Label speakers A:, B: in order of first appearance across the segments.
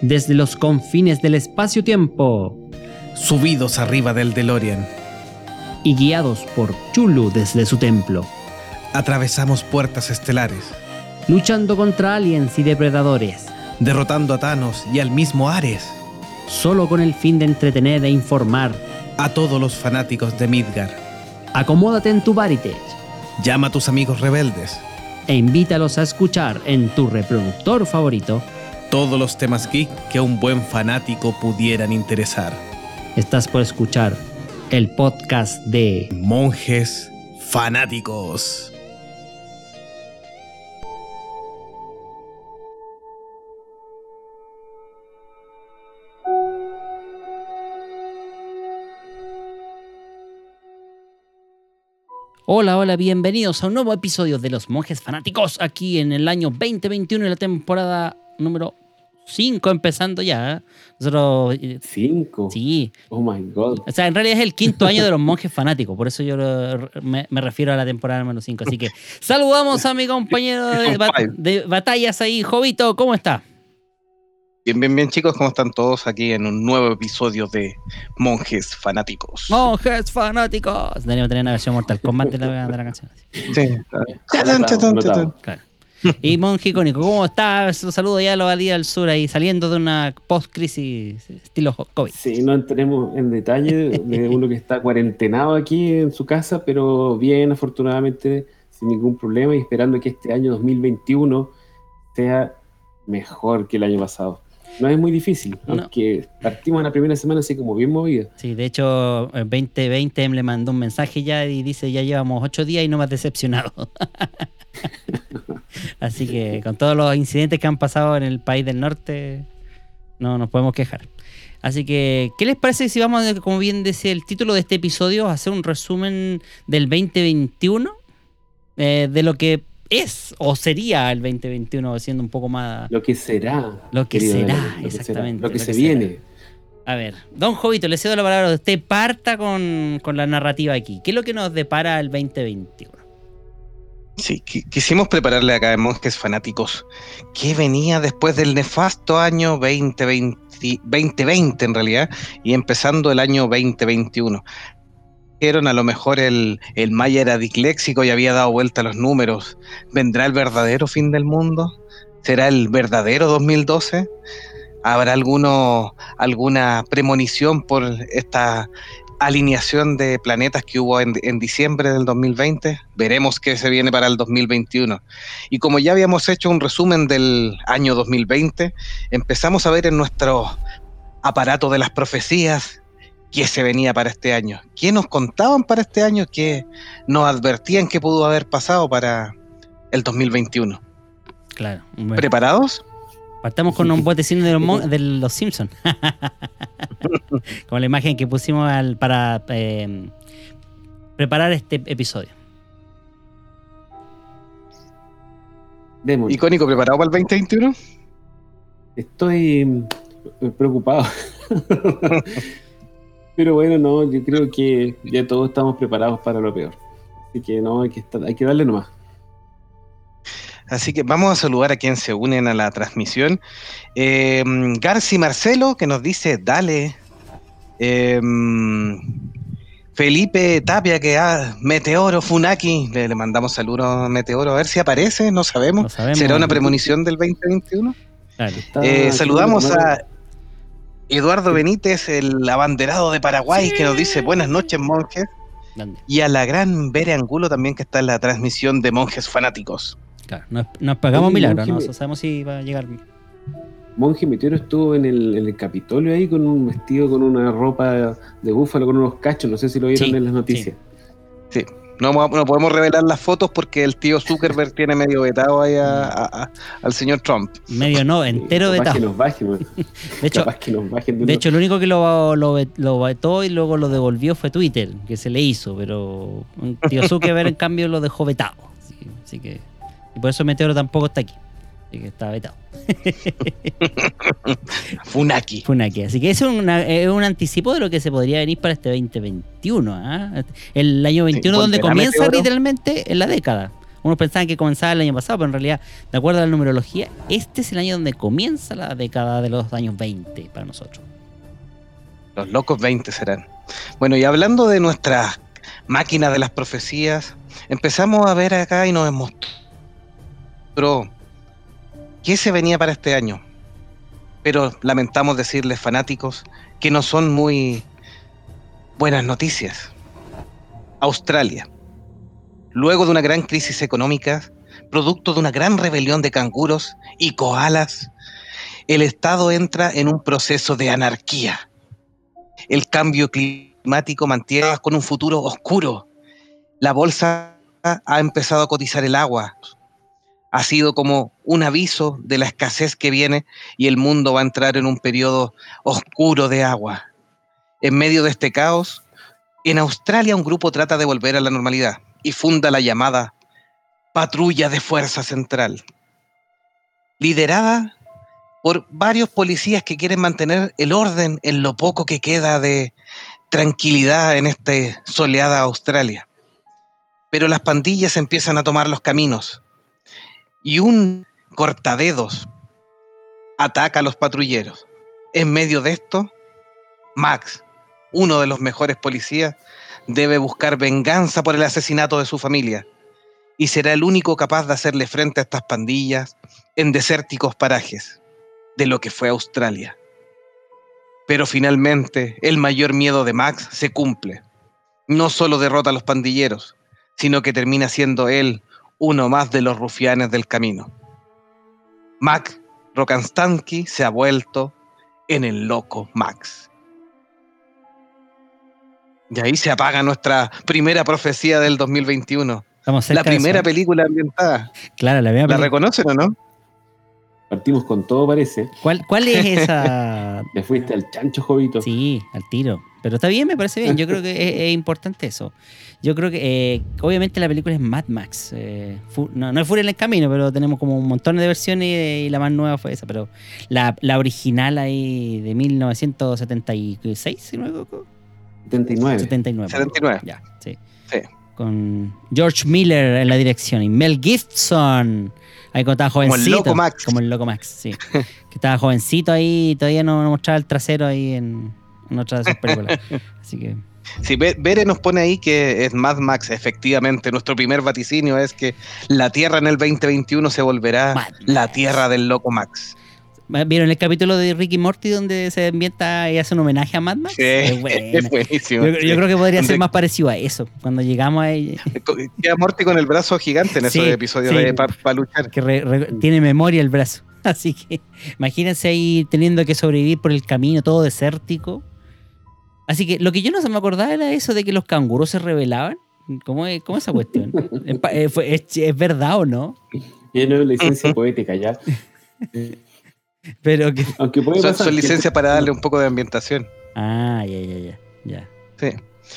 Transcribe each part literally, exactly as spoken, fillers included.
A: desde los confines del espacio-tiempo,
B: subidos arriba del DeLorean
A: y guiados por Chulu desde su templo,
B: atravesamos puertas estelares,
A: luchando contra aliens y depredadores,
B: derrotando a Thanos y al mismo Ares,
A: solo con el fin de entretener e informar
B: a todos los fanáticos de Midgar.
A: Acomódate en tu Varitech,
B: llama a tus amigos rebeldes
A: e invítalos a escuchar en tu reproductor favorito
B: todos los temas geek que a un buen fanático pudieran interesar.
A: Estás por escuchar el podcast de
B: Monjes Fanáticos.
A: Hola, hola, bienvenidos a un nuevo episodio de Los Monjes Fanáticos, aquí en el año veinte veintiuno, en la temporada número cinco, empezando ya. ¿eh? Nosotros...
C: ¿Cinco?
A: Sí.
C: Oh my God.
A: O sea, en realidad es el quinto año de Los Monjes Fanáticos, por eso yo lo, me, me refiero a la temporada número cinco. Así que saludamos a mi compañero de, bat, de batallas ahí, Jovito, ¿cómo está?
D: Bien, bien, bien, chicos, ¿cómo están todos aquí en un nuevo episodio de Monjes Fanáticos?
A: ¡Monjes Fanáticos! Deberíamos tener una versión Mortal Kombat de la, de la canción.
D: Sí.
A: Claro. Y Monje Icónico, ¿cómo está? Saludo ya a los Valía del Sur ahí, saliendo de una post-crisis estilo COVID.
C: Sí, no entremos en detalle de uno que está cuarentenado aquí en su casa, pero bien, afortunadamente, sin ningún problema y esperando que este año dos mil veintiuno sea mejor que el año pasado. No es muy difícil,
A: no.
C: Aunque partimos en la primera semana así como bien movida.
A: Sí, de hecho, el veinte veinte le mandó un mensaje ya y dice, ya llevamos ocho días y no me has decepcionado. Así que con todos los incidentes que han pasado en el país del norte, no nos podemos quejar. Así que, ¿qué les parece si vamos, como bien decía el título de este episodio, a hacer un resumen del veinte veintiuno? Eh, de lo que es o sería el veinte veintiuno, siendo un poco más...
C: Lo que será.
A: Lo que será,
C: Daniel, lo
A: exactamente.
C: Que será, lo que
A: lo
C: se
A: que
C: viene.
A: Será. A ver, don Jovito, le cedo la palabra a usted. Parta con, con la narrativa aquí. ¿Qué es lo que nos depara el veinte veintiuno?
D: Sí, quisimos prepararle acá a Monjes Fanáticos qué venía después del nefasto año veinte veinte, veinte veinte en realidad, y empezando el año veinte veintiuno. A lo mejor el, el Maya era disléxico y había dado vuelta a los números. ¿Vendrá el verdadero fin del mundo? ¿Será el verdadero dos mil doce? ¿Habrá alguno, alguna premonición por esta alineación de planetas que hubo en, en diciembre del dos mil veinte? Veremos qué se viene para el dos mil veintiuno. Y como ya habíamos hecho un resumen del año dos mil veinte, empezamos a ver en nuestro aparato de las profecías qué se venía para este año, qué nos contaban para este año, qué nos advertían que pudo haber pasado para el dos mil veintiuno.
A: Claro. Bueno.
D: ¿Preparados?
A: Partamos con un botecino de los, de los Simpsons. Como la imagen que pusimos al, para eh, preparar este episodio.
C: Démosle.
D: Icónico, ¿preparado para el veinte veintiuno?
C: Estoy preocupado. Pero bueno, no, yo creo que ya todos estamos preparados para lo peor. Así que no, hay que, estar, hay que darle nomás.
D: Así que vamos a saludar a quienes se unen a la transmisión. Eh, Garci Marcelo, que nos dice, dale. Eh, Felipe Tapia, que ah, Meteoro Funaki, le, le mandamos saludos a Meteoro, a ver si aparece, no sabemos.
A: No sabemos.
D: ¿Será una premonición del veinte veintiuno?
A: Claro.
D: Eh, saludamos a Eduardo Benítez, el abanderado de Paraguay, sí, que nos dice buenas noches, monjes.
A: ¿Dónde?
D: Y a la gran Bere Angulo también, que está en la transmisión de Monjes Fanáticos.
A: Claro, nos, nos pagamos
C: Oye,
A: milagro, no
C: Monje,
A: sabemos si va a llegar.
C: Monje Meteoro estuvo en el, en el Capitolio ahí con un vestido, con una ropa de búfalo, con unos cachos, no sé si lo vieron
A: Sí,
C: en las noticias.
D: Sí. sí. No, no podemos revelar las fotos porque el tío Zuckerberg tiene medio vetado ahí a, a, a, al señor Trump.
A: Medio no, entero
C: sí,
A: vetado.
C: Que nos bajen,
A: de hecho,
C: que nos bajen de
A: de hecho, el único que lo, lo, lo vetó y luego lo devolvió fue Twitter, que se le hizo, pero un tío Zuckerberg en cambio lo dejó vetado. Así, así que, y por eso Meteoro tampoco está aquí. Así que está vetado.
D: Funaki.
A: Funaki. Así que es, una, es un anticipo de lo que se podría venir para este veinte veintiuno. ¿eh? El año veintiuno, sí, donde comienza Meteoro literalmente en la década. Unos pensaban que comenzaba el año pasado, pero en realidad, de acuerdo a la numerología, este es el año donde comienza la década de los años veinte para nosotros.
D: Los locos veinte serán. Bueno, y hablando de nuestras máquinas de las profecías, empezamos a ver acá y nos mostró qué se venía para este año. Pero lamentamos decirles, fanáticos, que no son muy buenas noticias. Australia, luego de una gran crisis económica, producto de una gran rebelión de canguros y koalas, el Estado entra en un proceso de anarquía. El cambio climático mantiene con un futuro oscuro. La bolsa ha empezado a cotizar el agua. Ha sido como un aviso de la escasez que viene y el mundo va a entrar en un periodo oscuro de agua. En medio de este caos, en Australia un grupo trata de volver a la normalidad y funda la llamada Patrulla de Fuerza Central, liderada por varios policías que quieren mantener el orden en lo poco que queda de tranquilidad en esta soleada Australia. Pero las pandillas empiezan a tomar los caminos y un cortadedos ataca a los patrulleros. En medio de esto, Max, uno de los mejores policías, debe buscar venganza por el asesinato de su familia y será el único capaz de hacerle frente a estas pandillas en desérticos parajes de lo que fue Australia. Pero finalmente, el mayor miedo de Max se cumple. No solo derrota a los pandilleros, sino que termina siendo él uno más de los rufianes del camino. Mac Rokstansky se ha vuelto en el loco Max. Y ahí se apaga nuestra primera profecía del dos mil veintiuno.
A: Estamos cerca
D: La primera
A: de eso.
D: película ambientada.
A: Claro, la primera
D: ¿La
A: película.
D: reconocen o no?
C: Partimos con todo, parece.
A: ¿Cuál, ¿Cuál es esa?
C: Le fuiste al chancho, Jovito.
A: Sí, al tiro. Pero está bien, me parece bien. Yo creo que es, es importante eso. Yo creo que, eh, obviamente, la película es Mad Max. Eh, fu- no, no es Furia en el Camino, pero tenemos como un montón de versiones y, y la más nueva fue esa. Pero la, la original ahí de mil novecientos setenta y seis, si no me equivoco.
C: setenta y nueve.
A: setenta y nueve.
D: setenta y nueve.
A: Ya, sí.
D: Sí.
A: Con George Miller en la dirección y Mel Gibson. Ahí cuando estaba
D: Como el
A: jovencito.
D: loco Max.
A: Como el loco Max, sí. Que estaba jovencito ahí y todavía no, no mostraba el trasero ahí en, en otra de sus películas. Así que...
D: Sí, Be- Bere nos pone ahí que es Mad Max, efectivamente. Nuestro primer vaticinio es que la Tierra en el veinte veintiuno se volverá
A: Mad
D: la
A: Max.
D: Tierra del loco Max.
A: ¿Vieron el capítulo de Rick y Morty donde se ambienta y hace un homenaje a Mad Max?
D: Sí,
A: Es buena.
D: es buenísimo.
A: Yo,
D: sí.
A: yo creo que podría ser
D: Donde
A: más parecido a eso. Cuando llegamos ahí,
D: queda Morty con el brazo gigante en
A: Sí,
D: esos episodios
A: sí.
D: de para luchar.
A: que re- re- tiene memoria el brazo. Así que imagínense ahí teniendo que sobrevivir por el camino todo desértico. Así que lo que yo no se me acordaba era eso de que los canguros se rebelaban. ¿Cómo es, cómo es esa cuestión? ¿Es, pa- eh, fue- es- es verdad o no?
C: Lleno de licencia poética ya.
A: Pero que...
C: Aunque puede
D: Son,
C: pasar
D: son
C: que-
D: licencias para darle un poco de ambientación.
A: Ah, ya, ya, ya. ya.
D: Sí.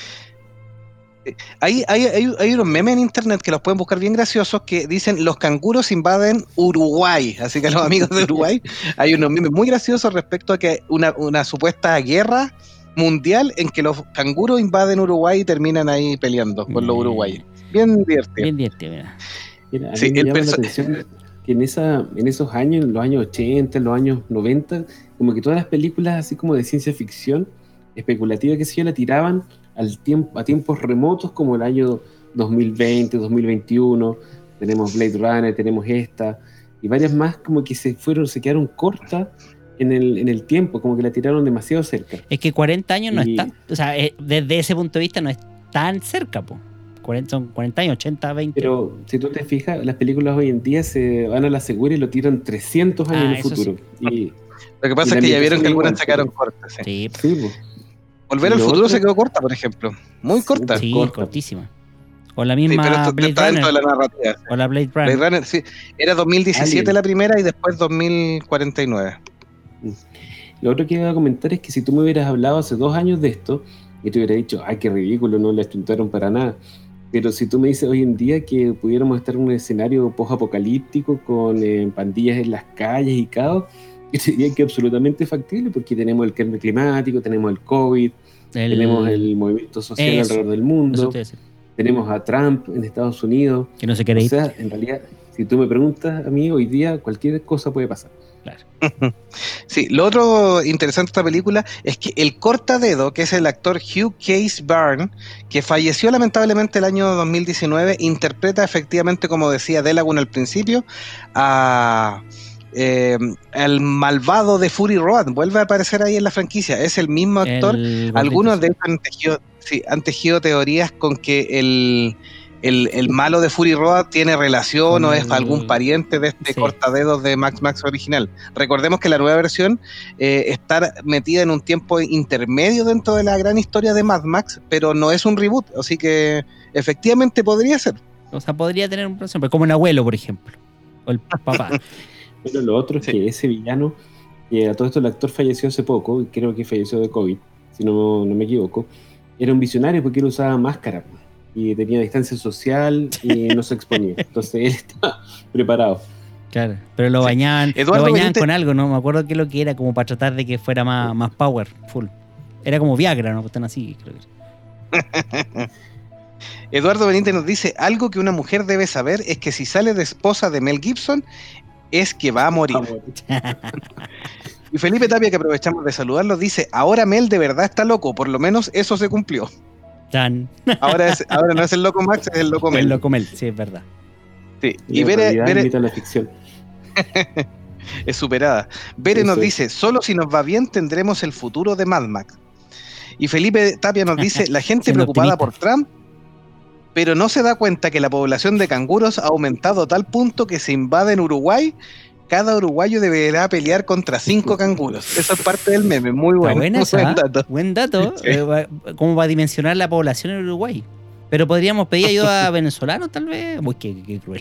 D: Hay, hay, hay, hay unos memes en internet que los pueden buscar bien graciosos que dicen los canguros invaden Uruguay. Así que a los amigos de Uruguay hay unos memes muy graciosos respecto a que una, una supuesta guerra mundial en que los canguros invaden Uruguay y terminan ahí peleando con los uruguayos. Bien divertido.
A: Bien divertido, mira.
C: Mira, a
D: Sí,
C: mí me
D: el
C: llama la
D: perso-
C: atención que en, esa, en esos años, en los años ochenta, en los años noventa, como que todas las películas así como de ciencia ficción especulativa que se yo la tiraban al tiempo, a tiempos remotos como el año dos mil veinte, dos mil veintiuno. Tenemos Blade Runner, tenemos esta y varias más como que se fueron, se quedaron cortas en el, en el tiempo, como que la tiraron demasiado cerca.
A: Es que cuarenta años no
C: Y-
A: es tan... O sea, eh, desde ese punto de vista no es tan cerca, po. cuarenta, son cuarenta años, ochenta, veinte.
C: Pero si tú te fijas, las películas hoy en día se van a la segura y lo tiran trescientos años
A: Ah,
C: en el
A: eso
C: futuro. Y,
D: Lo que pasa
C: Y
D: es
C: la
D: que ya vieron que
C: ambientación
D: algunas
C: igual,
D: se quedaron
C: sí.
D: cortas. Sí.
A: Sí,
C: sí, pues.
D: Volver
C: Y
D: al
C: lo
D: futuro
C: otro-
D: se quedó corta, por ejemplo. Muy
C: Sí,
D: corta.
A: sí,
C: corta.
A: cortísima. O la
D: Sí,
A: misma
D: pero esto
A: Blade
D: está dentro de
A: Runner.
D: la narrativa.
A: O la Blade Runner.
D: Blade Runner, sí. Era dos mil diecisiete
C: Alien.
D: la primera y después dos mil cuarenta y nueve.
C: Lo otro que iba a comentar es que si tú me hubieras hablado hace dos años de esto y te hubiera dicho, ay, qué ridículo, no la estudiaron para nada. Pero si tú me dices hoy en día que pudiéramos estar en un escenario post-apocalíptico con eh, pandillas en las calles y caos, yo te diría que es absolutamente factible porque tenemos el cambio climático, tenemos el COVID,
A: El-
C: tenemos el movimiento social
A: Eso,
C: alrededor del
A: eso
C: mundo.
A: te iba a decir.
C: tenemos a Trump en Estados Unidos.
A: Que no se quiere
C: O
A: ir.
C: sea, en realidad, si tú me preguntas a mí, hoy día cualquier cosa puede pasar.
A: Claro.
D: Sí, lo otro interesante de esta película es que el cortadedo, que es el actor Hugh Case Byrne, que falleció lamentablemente el año dos mil diecinueve, interpreta efectivamente, como decía Delagun al principio, a eh, el malvado de Fury Road. Vuelve a aparecer ahí en la franquicia, es el mismo actor.
A: El gordito,
D: Algunos
A: sí.
D: de ellos han tejido, sí, han tejido teorías con que el... El, el malo de Fury Road tiene relación
A: Con
D: o
A: el-
D: es algún pariente de este
A: sí.
D: cortadedos de Max Max original. Recordemos que la nueva versión eh, está metida en un tiempo intermedio dentro de la gran historia de Mad Max, pero no es un reboot, así que efectivamente podría ser.
A: O sea, podría tener un próximo, como un abuelo, por ejemplo. O el papá.
C: Pero lo otro es
D: Sí.
C: que ese villano, que a todo esto el actor falleció hace poco, y creo que falleció de COVID, si no, no me equivoco, era un visionario porque él usaba máscara y tenía distancia social y no se exponía. Entonces él estaba preparado.
A: Claro. Pero lo
D: Sí.
A: bañaban,
D: Eduardo
A: lo bañaban
D: Benítez-
A: con algo, ¿no? Me acuerdo que lo que era como para tratar de que fuera más, más powerful. Era como Viagra, ¿no? Pues están así, creo que.
D: Eduardo Benítez nos dice, algo que una mujer debe saber es que si sale de esposa de Mel Gibson, es que va a morir. Y Felipe Tapia, que aprovechamos de saludarlo, dice, ahora Mel de verdad está loco, por lo menos eso se cumplió.
A: Tan.
D: Ahora, es, ahora no es el loco Max, es el loco Mel.
A: El loco Mel, sí, es verdad.
D: Sí.
C: Y
D: Y
C: la
D: Bere,
C: realidad
D: Bere
C: imita la ficción.
D: es superada. Bere
C: Eso
D: nos
C: es.
D: dice, solo si nos va bien tendremos el futuro de Mad Max. Y Felipe Tapia nos dice, la gente
A: Siendo
D: preocupada
A: optimista.
D: por Trump, pero no se da cuenta que la población de canguros ha aumentado a tal punto que se invaden Uruguay. Cada uruguayo deberá pelear contra cinco canguros. Eso es parte del meme, muy
A: Está
D: bueno.
A: buena
D: Muy
A: esa,
D: buen
A: ¿eh?
D: dato.
A: Buen dato.
D: Sí.
A: eh, va- como va a dimensionar la población en Uruguay. Pero podríamos pedir ayuda a venezolanos, tal vez. Uy, qué, qué cruel.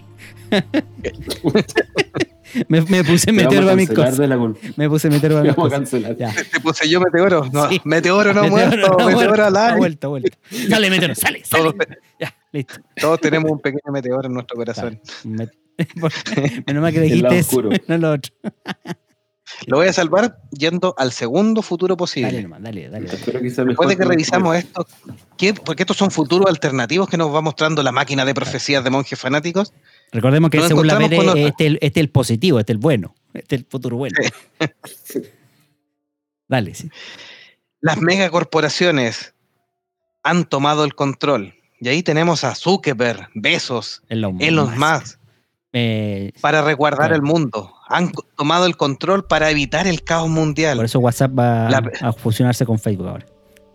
A: me, me puse
C: Te
A: meteoro
C: vamos
A: a
C: a
A: mis
C: cancelar
A: cosas.
C: de la cul-
A: Me puse meteoro a
C: Te
A: mis
C: vamos a
A: cosas.
C: cancelar.
A: Ya.
D: Te puse yo meteoro. No,
A: Sí.
D: meteoro no
A: Meteoro
D: muerto,
A: no
D: meteoro
A: muerto.
D: al
A: Ha
D: aire.
A: vuelto, ha vuelto. Sale, meteoro, sale, sale.
D: Todos,
A: Ya, listo.
D: todos tenemos un pequeño meteoro en nuestro corazón.
A: Me- Menos mal que
C: El lado
A: dijiste eso,
C: oscuro.
A: no lo otro.
D: Lo voy a salvar yendo al segundo futuro posible.
A: Dale nomás, dale, dale. dale.
C: Espero que sea
D: Después
C: mejor
D: de que
C: que
D: revisamos esto, ¿qué? Porque estos son futuros alternativos que nos va mostrando la máquina de profecías de monjes fanáticos.
A: Recordemos que
D: Nos
A: según la
D: encontramos
A: Pere,
D: con otra.
A: este es el, este es el positivo, este es el bueno. Este es el futuro bueno. Dale, sí.
D: Las megacorporaciones han tomado el control. Y ahí tenemos a Zuckerberg, Bezos,
A: Elon,
D: Elon
A: Musk.
D: Musk,
A: Eh,
D: para resguardar
A: Claro.
D: el mundo. Han co- tomado el control para evitar el caos mundial.
A: por eso WhatsApp va
D: La-
A: a fusionarse con Facebook ahora.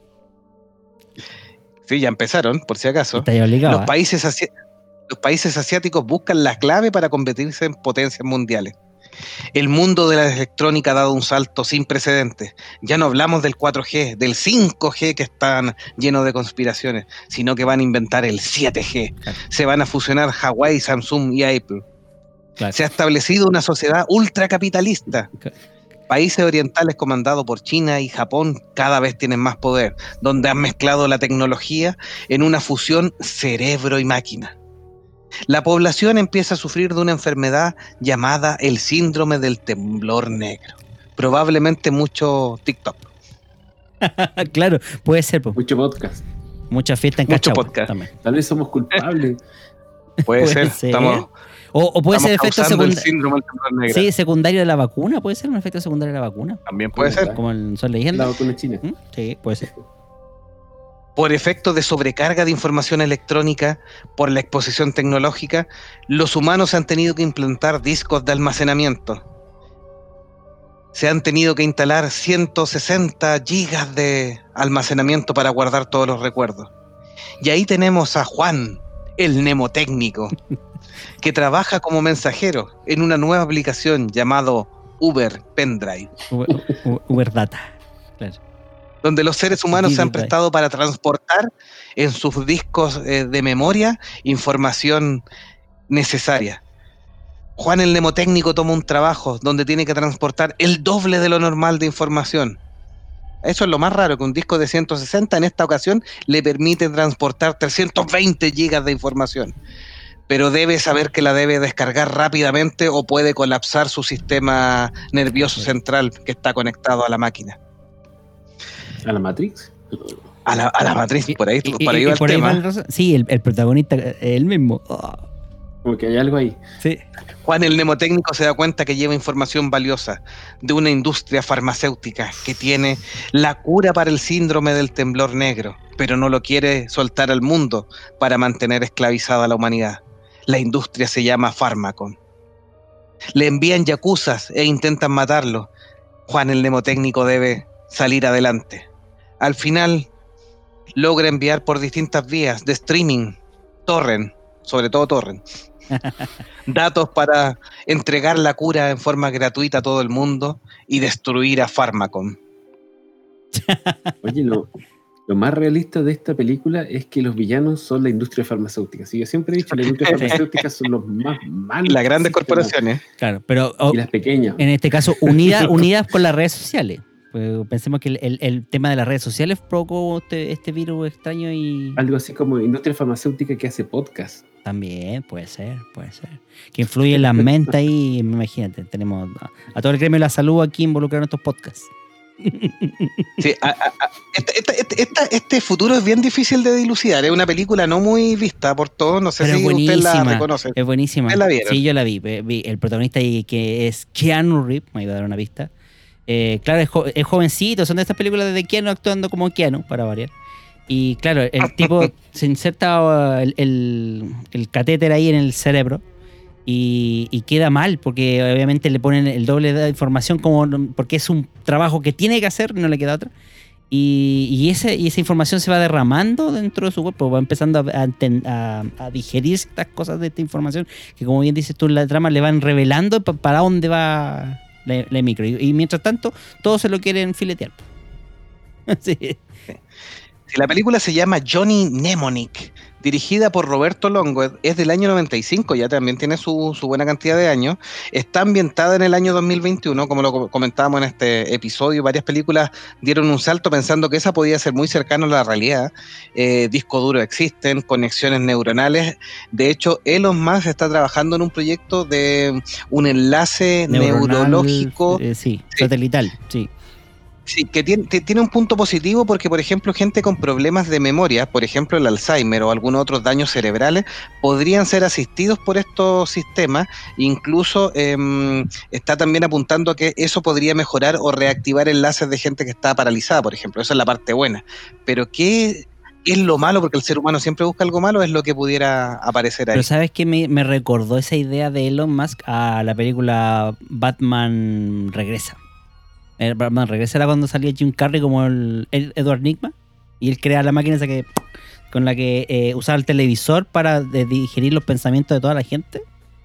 D: Sí, ya empezaron, por si acaso.
A: Está ya obligado.
D: Los
A: ¿eh?
D: países, asi- los países asiáticos buscan la clave para convertirse en potencias mundiales. El mundo de la electrónica ha dado un salto sin precedentes. Ya no hablamos del cuatro G, del cinco G que están llenos de conspiraciones, sino que van a inventar el siete G.
A: Claro.
D: Se van a fusionar Huawei, Samsung y Apple.
A: Claro.
D: Se ha establecido una sociedad ultracapitalista.
A: Claro.
D: Países orientales comandados por China y Japón cada vez tienen más poder, donde han mezclado la tecnología en una fusión cerebro y máquina. La población empieza a sufrir de una enfermedad llamada el síndrome del temblor negro. Probablemente mucho TikTok.
A: Claro, puede ser. po.
C: Mucho podcast.
A: Mucha fiesta en
D: Mucho
A: Cachagua
D: podcast.
A: también.
C: Tal vez somos culpables.
D: Puede,
A: Puede
D: ser.
A: ser.
D: Estamos,
A: O, o puede ser
D: estamos
A: efecto
D: causando el
A: secundario.
D: síndrome del temblor negro.
A: Sí, secundario de la vacuna. Puede ser un efecto secundario de la vacuna.
D: También puede ser.
A: Como el Son
C: La
A: Leyendas.
C: vacuna china.
A: ¿Mm? Sí, puede ser.
D: Por efecto de sobrecarga de información electrónica, por la exposición tecnológica, los humanos han tenido que implantar discos de almacenamiento. Se han tenido que instalar ciento sesenta gigas de almacenamiento para guardar todos los recuerdos. Y ahí tenemos a Juan, el mnemotécnico, que trabaja como mensajero en una nueva aplicación llamado Uber Pendrive,
A: Uber, Uber- Uber Data. Claro.
D: donde los seres humanos se han
A: Digital.
D: prestado para transportar en sus discos eh, de memoria información necesaria. Juan el mnemotécnico toma un trabajo donde tiene que transportar el doble de lo normal de información. Eso es lo más raro, que un disco de ciento sesenta en esta ocasión le permite transportar trescientos veinte gigas de información. Pero debe saber que la debe descargar rápidamente o puede colapsar su sistema nervioso central que está conectado a la máquina.
C: ¿A la Matrix?
D: A la, a la matriz, por ahí,
A: Y-
D: por ahí
A: y-
D: va
A: y
D: el
A: por ahí
D: tema.
A: va el razón. Sí, el, el protagonista es el mismo. Oh,
C: Como que hay algo ahí.
A: sí.
D: Juan, el mnemotécnico, se da cuenta que lleva información valiosa de una industria farmacéutica que tiene la cura para el síndrome del temblor negro, pero no lo quiere soltar al mundo para mantener esclavizada a la humanidad. La industria se llama Pharmacon. Le envían yakuzas e intentan matarlo. Juan, el mnemotécnico, debe salir adelante. Al final, logra enviar por distintas vías de streaming, torrent, sobre todo torrent, datos para entregar la cura en forma gratuita a todo el mundo y destruir a Pharmacon.
C: Oye, lo, lo más realista de esta película es que los villanos son la industria farmacéutica. Sí, yo siempre he dicho, la industria farmacéutica son los más malos.
D: Y las
C: que
D: grandes
C: existen,
D: corporaciones.
A: Claro, pero oh,
C: y las pequeñas.
A: en este caso unidas unidas con las redes sociales. Pues pensemos que el, el- el tema de las redes sociales provocó este, este virus extraño y
C: Algo así como industria farmacéutica que hace podcast.
A: también puede ser, puede ser. Que influye en las mentes ahí, imagínate, tenemos a, a todo el gremio de la salud aquí involucrado en estos podcasts.
D: Sí, a- a- a- esta- esta- esta- esta- este futuro es bien difícil de dilucidar. Es una película no muy vista por todos. No sé
A: Pero
D: si
A: es
D: usted la
A: buenísima,
D: reconoce.
A: es buenísima.
D: ¿Ustedes la vieron?
A: Sí, yo la vi, vi- vi el protagonista ahí que es Keanu Reeves, me iba a dar una pista. Eh, claro, es, jo- es jovencito, son de estas películas de Keanu actuando como Keanu, para variar. Y claro, el tipo se inserta uh, el, el- el catéter ahí en el cerebro y, y queda mal, porque obviamente le ponen el doble de información, como porque es un trabajo que tiene que hacer, no le queda otra. Y, y, ese, y esa información se va derramando dentro de su cuerpo, va empezando a, a enten- a- a digerir estas cosas de esta información, que como bien dices tú, en la trama le van revelando pa- para dónde va la, la micro. Y, y mientras tanto, todos se lo quieren filetear. Sí.
D: Si la película se llama Johnny Mnemonic, dirigida por Roberto Longo, es del año noventa y cinco, ya también tiene su, su buena cantidad de años. Está ambientada en el año dos mil veintiuno, como lo co- comentábamos en este episodio. Varias películas dieron un salto pensando que esa podía ser muy cercana a la realidad. Eh, discos duros existen, conexiones neuronales. De hecho, Elon Musk está trabajando en un proyecto de un enlace
A: Neuronal,
D: neurológico.
A: eh, sí,
D: Sí.
A: satelital, sí.
D: Sí, que tiene, te- tiene un punto positivo porque, por ejemplo, gente con problemas de memoria, por ejemplo el Alzheimer o algunos otros daños cerebrales, podrían ser asistidos por estos sistemas. Incluso em, está también apuntando a que eso podría mejorar o reactivar enlaces de gente que está paralizada, por ejemplo. Esa es la parte buena. Pero ¿qué es lo malo? Porque el ser humano siempre busca algo malo, es lo que pudiera aparecer ahí.
A: Pero ¿sabes qué? Me, me recordó esa idea de Elon Musk a la película Batman Regresa. El Batman Regresa era cuando salía Jim Carrey como el, el Edward Nygma y él crea la máquina esa que, con la que eh, usaba el televisor para de- digerir los pensamientos de toda la gente.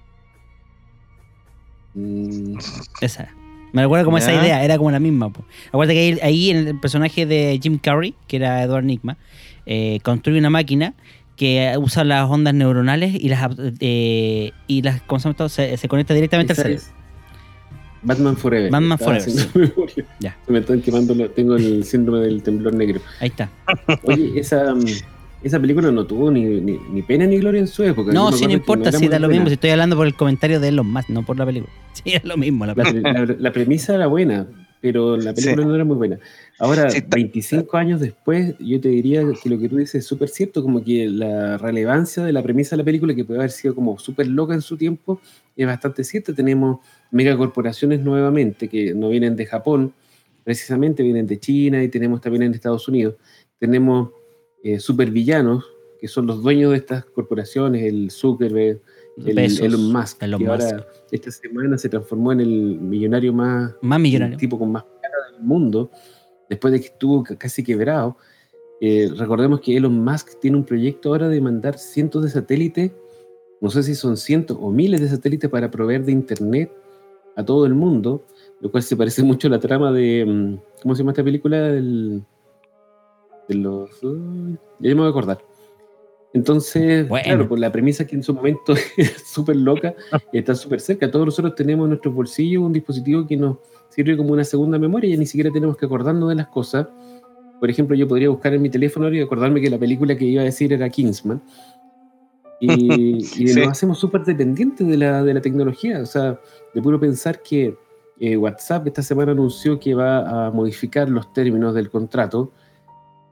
C: Mm,
A: Esa era. Me recuerda como
D: Ya.
A: esa idea, era como la misma. Po. Acuérdate que ahí, ahí en el personaje de Jim Carrey, que era Edward Nygma, eh, construye una máquina que usa las ondas neuronales y las eh, y las ¿cómo se llama esto? Se, se conecta directamente al
C: esa
A: cerebro.
C: es Batman Forever.
A: Batman
C: Estaba
A: Forever,
C: haciendo memoria.
A: Ya.
C: Se me están quemando, la- tengo el síndrome del temblor negro.
A: Ahí está.
C: Oye, esa, mm, esa película no tuvo ni, ni, ni pena ni gloria en su época. Yo
A: No,
C: me
A: si no
C: acuerdo que
A: importa,
C: era
A: si
C: muy
A: da lo
C: buena.
A: mismo. Si estoy hablando por el comentario de Elon Musk, no por la película. Sí, es lo mismo. La
C: La,
A: película.
C: la- la premisa era buena, pero la película
D: Sí.
C: no era muy buena. Ahora,
D: Sí, ta-
C: veinticinco años después, yo te diría que lo que tú dices es súper cierto, como que la relevancia de la premisa de la película, que puede haber sido como súper loca en su tiempo, es bastante cierta. Tenemos megacorporaciones nuevamente que no vienen de Japón, precisamente vienen de China y tenemos también en Estados Unidos. Tenemos eh, supervillanos, que son los dueños de estas corporaciones, el Zuckerberg, el
A: Bezos,
C: Elon Musk,
A: Elon
C: que
A: Musk.
C: ahora esta semana se transformó en el millonario más,
A: Más millonario.
C: el tipo con más plata del mundo, después de que estuvo ca- casi quebrado. Eh, recordemos que Elon Musk tiene un proyecto ahora de mandar cientos de satélites, no sé si son cientos o miles de satélites para proveer de internet a todo el mundo, lo cual se parece mucho a la trama de, mm, ¿cómo se llama esta película? Del, de los... uy, ya me voy a acordar. Entonces,
A: Bueno.
C: claro, por la premisa que en su momento es súper loca, está súper cerca. Todos nosotros tenemos en nuestros bolsillos un dispositivo que nos sirve como una segunda memoria, ya ni siquiera tenemos que acordarnos de las cosas. Por ejemplo, yo podría buscar en mi teléfono ahora y acordarme que la película que iba a decir era Kingsman. Y, y
D: Sí.
C: nos hacemos súper dependientes de la, de la tecnología. O sea, de puro pensar que eh, WhatsApp esta semana anunció que va a modificar los términos del contrato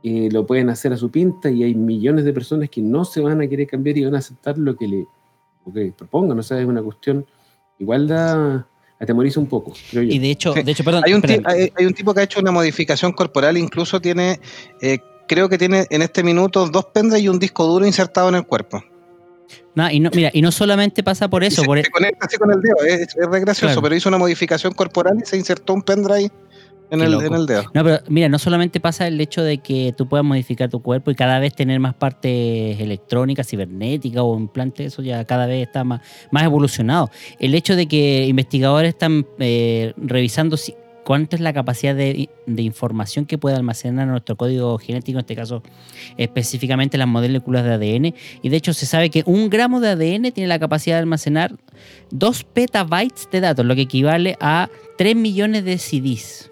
C: eh, lo pueden hacer a su pinta y hay millones de personas que no se van a querer cambiar y van a aceptar lo que le lo que propongan. O sea, es una cuestión, igual da, atemoriza un poco, creo yo.
A: Y de hecho,
D: Sí.
A: de hecho, perdón,
D: Hay un, ti-
A: perdón.
D: hay, hay un tipo que ha hecho una modificación corporal, incluso tiene, eh, creo que tiene en este minuto dos pendrives y un disco duro insertado en el cuerpo.
A: No, y no, mira, y no solamente pasa por
D: Y
A: eso,
D: se,
A: por
D: se conecta así con el dedo, es, es re gracioso,
A: Claro.
D: pero hizo una modificación corporal y se insertó un pendrive en
A: Qué
D: el,
A: loco.
D: en el dedo.
A: No, pero mira, no solamente pasa el hecho de que tú puedas modificar tu cuerpo y cada vez tener más partes electrónicas, cibernéticas o implantes, eso ya cada vez está más, más evolucionado. El hecho de que investigadores están eh, revisando si, cuánto es la capacidad de, de información que puede almacenar nuestro código genético, en este caso específicamente las moléculas de A D N, y de hecho se sabe que un gramo de A D N tiene la capacidad de almacenar dos petabytes de datos, lo que equivale a tres millones de C Ds.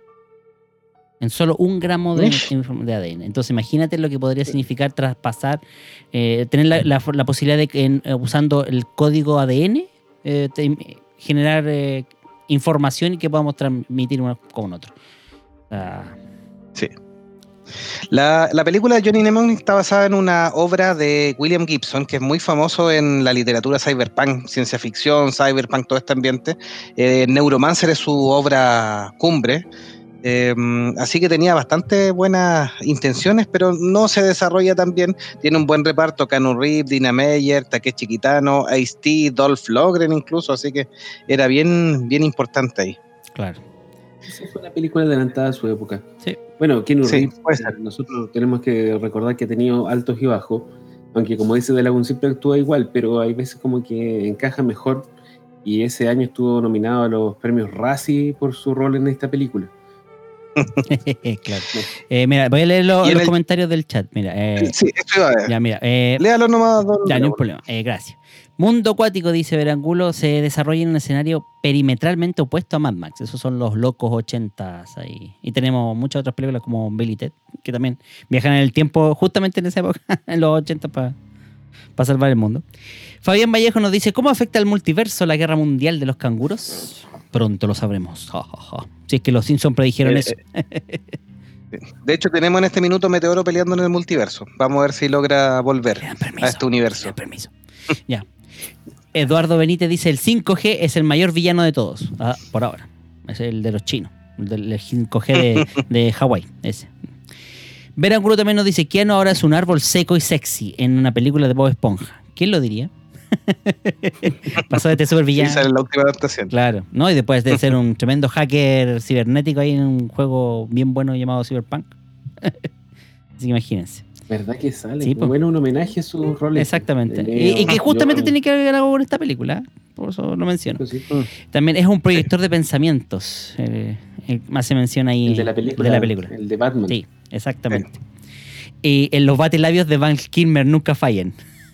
A: En solo un gramo de, de A D N. Entonces imagínate lo que podría significar traspasar, eh, tener la, la, la posibilidad de que en, usando el código A D N eh, te, generar eh, información y que podamos transmitir uno con otro. Uh,
D: Sí. La, la película de Johnny Mnemonic está basada en una obra de William Gibson, que es muy famoso en la literatura cyberpunk, ciencia ficción, cyberpunk, todo este ambiente. Eh, Neuromancer es su obra cumbre. Eh, así que tenía bastante buenas intenciones, pero no se desarrolla tan bien. Tiene un buen reparto: Keanu Reeves, Dina Meyer, Takeshi Kitano, Ice-T, Dolph Lundgren incluso, así que era bien, bien importante ahí.
A: Claro.
C: Esa fue una película adelantada a su época.
A: Sí.
C: Bueno, Keanu
D: Sí,
C: Reeves,
D: puede ser.
C: nosotros tenemos que recordar que ha tenido altos y bajos, aunque como dice De Lagun siempre actúa igual, pero hay veces como que encaja mejor, y ese año estuvo nominado a los premios Razzie por su rol en esta película.
A: Claro. Eh, mira, voy a leer lo,
D: Y en
A: los
D: el-
A: comentarios del chat. Mira, eh,
D: Sí, esto iba a ver.
A: ya, mira. Eh,
D: Léalo nomás, don
A: Ya, no hay
D: León.
A: problema. Eh, gracias. Mundo Acuático, dice Verangulo, se desarrolla en un escenario perimetralmente opuesto a Mad Max. Esos son los locos ochentas ahí. Y tenemos muchas otras películas como Bill y Ted, que también viajan en el tiempo justamente en esa época, en los ochenta, para pa salvar el mundo. Fabián Vallejo nos dice, ¿cómo afecta al multiverso la guerra mundial de los canguros? Pronto lo sabremos. Ja, ja, ja. Si es que los Simpsons predijeron
D: Eh,
A: eso.
D: De hecho, tenemos en este minuto Meteoro peleando en el multiverso. Vamos a ver si logra volver
A: Le dan permiso.
D: a este universo.
A: Le dan permiso. Ya. Eduardo Benítez dice, el cinco G es el mayor villano de todos. Ah, por ahora. Es el de los chinos. El del el cinco G de, de Hawái. Ese. Verangulo también nos dice, Keanu ahora es un árbol seco y sexy en una película de Bob Esponja. ¿Quién lo diría? Pasó de este super
D: Sí,
A: villano.
D: sale la última adaptación.
A: Claro, ¿no? Y después de ser un tremendo hacker cibernético ahí en un juego bien bueno llamado Cyberpunk. Así que imagínense.
C: ¿Verdad que sale?
A: Sí, po.
C: Bueno, un homenaje a sus roles.
A: Exactamente.
C: De
A: Y,
C: Neo,
A: y que justamente
C: Johnny.
A: tiene que ver algo con esta película. ¿eh? Por eso lo menciono.
C: Pues sí.
A: También es un proyector de pensamientos. eh, el- más se menciona ahí.
C: El de la película.
A: de la película.
C: El de Batman.
A: Sí, exactamente. Y en los batilabios de Val Kilmer nunca fallan.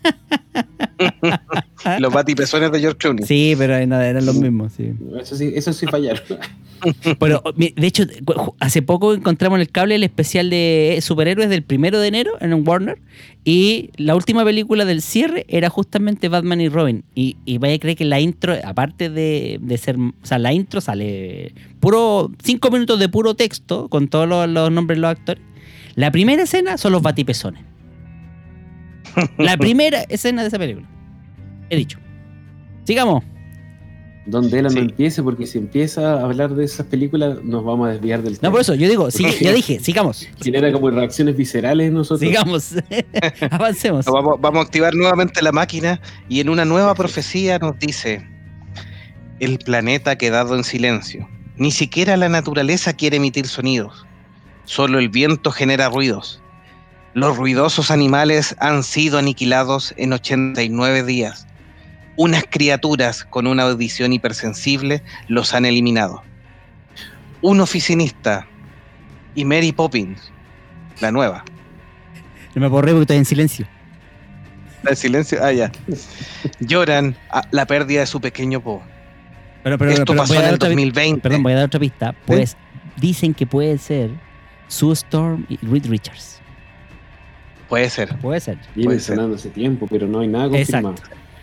D: Los batipezones de George Clooney.
A: Sí, pero eh, no, eran los mismos. Sí.
C: Eso sí, eso sí fallaron.
A: Pero, mi- de hecho, cu- hace poco encontramos en el cable el especial de superhéroes del primero de enero en un Warner. Y la última película del cierre era justamente Batman y Robin. Y, y vaya a creer que la intro, aparte de, de ser. O sea, la intro sale puro. Cinco minutos de puro texto con todos los, los nombres de los actores. La primera escena son los batipezones. La primera escena de esa película. He dicho. Sigamos.
C: Donde él no
D: Sí.
C: empiece, porque si empieza a hablar de esas películas, nos vamos a desviar del
A: No,
C: tema.
A: por eso, yo digo, sí, ya dije, sigamos.
C: Genera como reacciones viscerales en nosotros.
A: Sigamos. Avancemos.
D: Vamos, vamos a activar nuevamente la máquina y en una nueva profecía nos dice: el planeta ha quedado en silencio. Ni siquiera la naturaleza quiere emitir sonidos. Solo el viento genera ruidos. Los ruidosos animales han sido aniquilados en ochenta y nueve días. Unas criaturas con una audición hipersensible los han eliminado. Un oficinista y Mary Poppins, la nueva.
A: No me borré porque estoy en silencio.
D: El silencio, ah, ya. Lloran a la pérdida de su pequeño Po.
A: Pero, pero,
D: Esto
A: pero
D: pasó
A: voy a
D: en
A: dar
D: el
A: otra pi-
D: dos mil veinte.
A: Perdón, voy a dar otra pista. Pues dicen que puede ser Sue Storm y Reed Richards.
D: Puede ser.
A: Puede ser.
C: Viene
D: Puede ser.
C: sonando hace tiempo, pero no hay nada confirmado.
A: Exacto.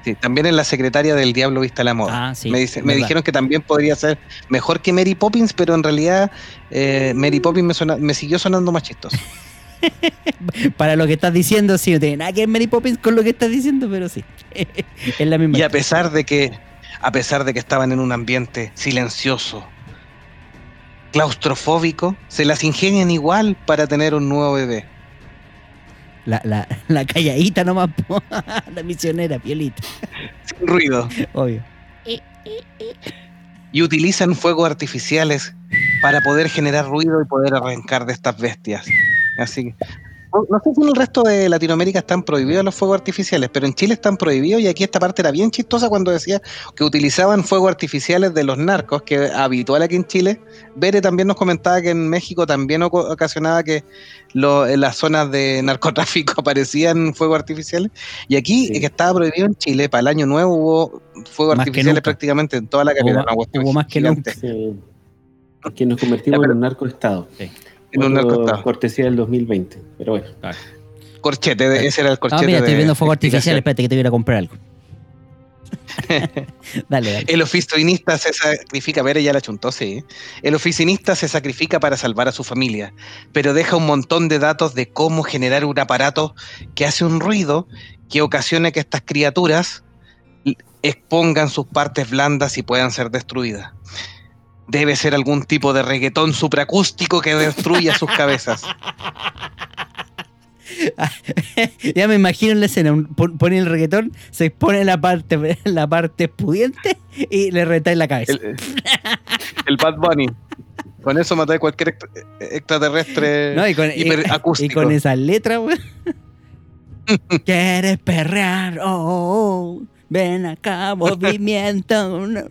D: Sí, también es la secretaria del Diablo Viste a la Moda.
A: Ah, sí,
D: me dice- me
A: verdad.
D: dijeron que también podría ser mejor que Mary Poppins, pero en realidad eh, Mary Poppins me, suena- me siguió sonando más chistoso.
A: Para lo que estás diciendo, sí, no tiene nada que ver Mary Poppins con lo que estás diciendo, pero sí. Es la misma.
D: Y a pesar de que, a pesar de que estaban en un ambiente silencioso, claustrofóbico, se las ingenian igual para tener un nuevo bebé.
A: La, la, la calladita nomás, po. La misionera, piolita,
D: Sin ruido.
A: obvio.
D: Y utilizan fuegos artificiales para poder generar ruido y poder arrancar de estas bestias. Así que, no, no sé si en el resto de Latinoamérica están prohibidos los fuegos artificiales, pero en Chile están prohibidos y aquí esta parte era bien chistosa cuando decía que utilizaban fuegos artificiales de los narcos, que es habitual aquí en Chile. Bere también nos comentaba que en México también oco- ocasionaba que lo- en las zonas de narcotráfico aparecían fuegos artificiales. Y aquí,
C: Sí.
D: que estaba prohibido en Chile, para el año nuevo hubo fuegos
A: Más que
D: artificiales
A: nunca.
D: prácticamente en toda la
A: Hubo
D: capital.
A: ma-
D: Una cuestión
A: hubo más que
D: gigante.
C: Sí. Es que nos convertimos
D: Ya, pero-
C: en un narcoestado.
A: Sí,
D: En un
C: Otro
D: narcoestado.
C: cortesía del dos mil veinte. Pero bueno.
A: claro.
D: Corchete, de- ese era el corchete.
A: Ah, mira, estoy
D: de
A: viendo fuegos artificiales.
D: explicación.
A: Espérate que te voy a ir a comprar algo. Dale, dale.
D: El oficinista se sacrifica, Bere ya la chuntó, sí. El oficinista se sacrifica para salvar a su familia, pero deja un montón de datos de cómo generar un aparato que hace un ruido que ocasiona que estas criaturas expongan sus partes blandas y puedan ser destruidas. Debe ser algún tipo de reggaetón supraacústico que destruya sus cabezas.
A: Ya me imagino en la escena, un- pon- pone el reggaetón, se expone la parte, la parte pudiente y le reventáis la cabeza.
D: El, el Bad Bunny. Con eso matáis cualquier extra- extraterrestre
A: No, y con, y-
D: hiperacústico.
A: y con esas letras, weón. ¿Quieres perrear? Oh, oh, oh. Ven acá, movimiento. No.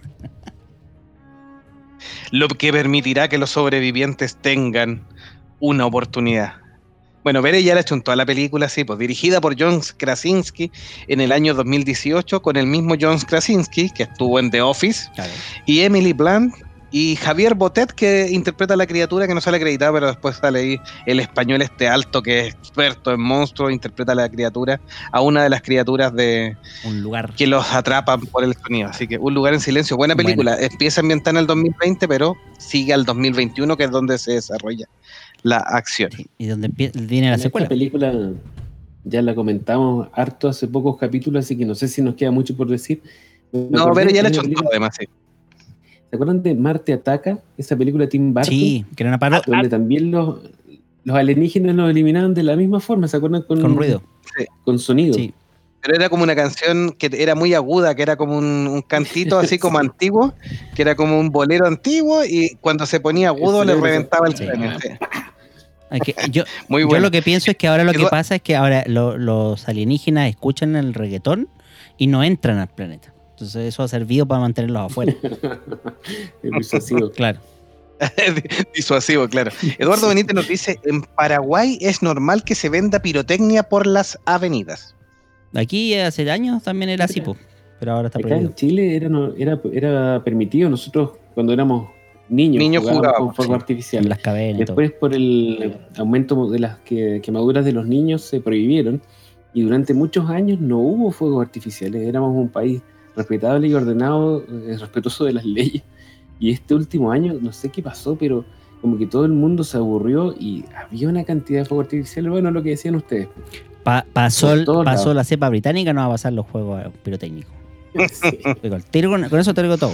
D: Lo que permitirá que los sobrevivientes tengan una oportunidad. Bueno, Bere ya la chuntó a la película, sí, pues dirigida por John Krasinski en el año dos mil dieciocho, con el mismo John Krasinski que estuvo en The Office,
A: Claro.
D: y Emily Blunt y Javier Botet, que interpreta a la criatura, que no sale acreditada, pero después sale ahí el español este alto que es experto en monstruos, interpreta a la criatura, a una de las criaturas de
A: Un lugar.
D: que los atrapan por el sonido. Así que Un lugar en silencio, buena película. Empieza ambientada en el dos mil veinte, pero sigue al dos mil veintiuno, que es donde se desarrolla la acción.
A: Sí, y donde empie- viene la
C: Esta
A: secuela.
C: película ya la comentamos harto hace pocos capítulos, así que no sé si nos queda mucho por decir. Me
D: No,
C: acordé
D: pero ya
C: de
D: la
C: una
D: chuntó
C: película-
D: además, sí.
C: ¿Se acuerdan de Marte Ataca? Esa película de Tim Burton.
A: Sí, que era una parodia.
C: Donde también los, los alienígenas los eliminaban de la misma forma, ¿se acuerdan? Con,
A: Con ruido.
C: Con sonido.
A: Sí.
D: Pero era como una canción que era muy aguda, que era como un, un cantito así como
C: Sí.
D: antiguo, que era como un bolero antiguo, y cuando se ponía agudo
C: El
D: le
C: cerebro se-
D: reventaba el
A: Sí.
D: cráneo. Sí.
A: Hay que- yo,
D: Muy
A: yo
D: bueno.
A: lo que pienso es que ahora lo que
D: Eduard-
A: pasa es que ahora lo- los alienígenas escuchan el reggaetón y no entran al planeta. Entonces eso ha servido para mantenerlos afuera.
C: El disuasivo.
A: Claro.
D: Disuasivo, claro. Eduardo Benítez nos dice, en Paraguay es normal que se venda pirotecnia por las avenidas.
A: Aquí hace años también era así, po, pero ahora está
C: Acá
A: prohibido.
C: en Chile era, no- era, era permitido. Nosotros, cuando éramos niños,
D: Niños
C: jugábamos
D: jugábamos,
C: con fuegos
A: sí.
C: artificiales.
A: Las cadenas y todo.
C: Después, por el aumento de las que- quemaduras de los niños, se prohibieron. Y durante muchos años no hubo fuegos artificiales. Éramos un país respetable y ordenado, eh, respetuoso de las leyes. Y este último año, no sé qué pasó, pero como que todo el mundo se aburrió y había una cantidad de fuegos artificiales. Bueno, lo que decían ustedes.
A: Pa- pasó el-
C: Por todos
A: pasó
C: lados.
A: la cepa británica, no va a pasar los juegos eh, pirotécnicos.
C: Sí.
A: Digo, el tiro con, con eso te digo todo.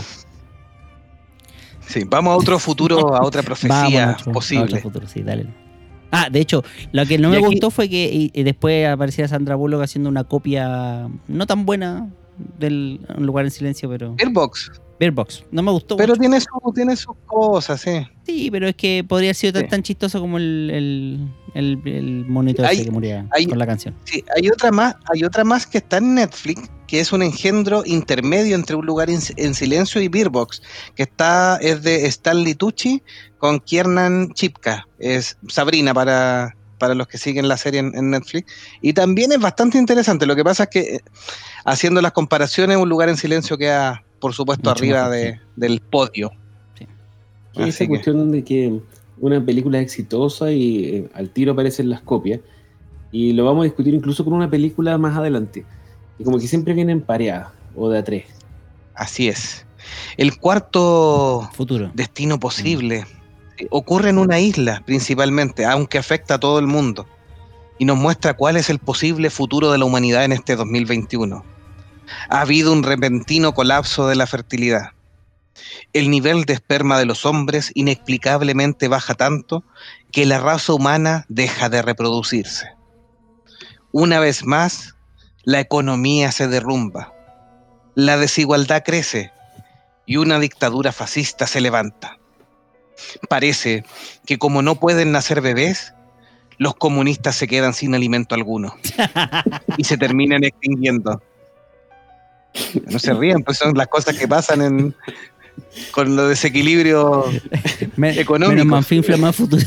D: Sí, vamos a otro futuro, a otra
A: Vamos
D: profecía
A: a otro- a
D: posible.
A: otro futuro, sí, dale. Ah, de hecho, lo que no me
D: Y aquí-
A: gustó fue que y, y después aparecía Sandra Bullock haciendo una copia no tan buena del Un lugar en silencio, pero
D: Airbox,
A: Bird Box. No me gustó
D: pero
A: mucho.
D: tiene, su, tiene sus cosas, sí.
A: Sí, pero es que podría haber sido tan,
C: Sí.
A: tan chistoso como el, el, el, el monito ese
D: Hay-
A: que moría
D: hay-
A: con la canción.
D: Sí, hay otra más, hay otra más que está en Netflix, que es un engendro intermedio entre Un lugar en, en silencio y Bird Box, que está, es de Stanley Tucci con Kiernan Chipka, es Sabrina para, para los que siguen la serie en, en Netflix, y también es bastante interesante. Lo que pasa es que eh, haciendo las comparaciones, Un lugar en silencio queda, por supuesto,
A: Mucho
D: arriba
A: mejor,
D: de,
A: sí.
D: del podio.
C: Y
D: Así
C: esa
D: que-
C: cuestión de que una película es exitosa y eh, al tiro aparecen las copias, y lo vamos a discutir incluso con una película más adelante. Y como que siempre vienen pareadas, o de a tres.
D: Así es. El cuarto
A: Futuro.
D: destino posible mm. ocurre en una isla principalmente, aunque afecta a todo el mundo, y nos muestra cuál es el posible futuro de la humanidad en este dos mil veintiuno. Ha habido un repentino colapso de la fertilidad. El nivel de esperma de los hombres inexplicablemente baja tanto que la raza humana deja de reproducirse. Una vez más, la economía se derrumba, la desigualdad crece y una dictadura fascista se levanta. Parece que como no pueden nacer bebés, los comunistas se quedan sin alimento alguno y se terminan extinguiendo. No se rían, pues son las cosas que pasan en, con los desequilibrios
A: Me,
D: económicos.
A: Menos manfinfla, más futuro.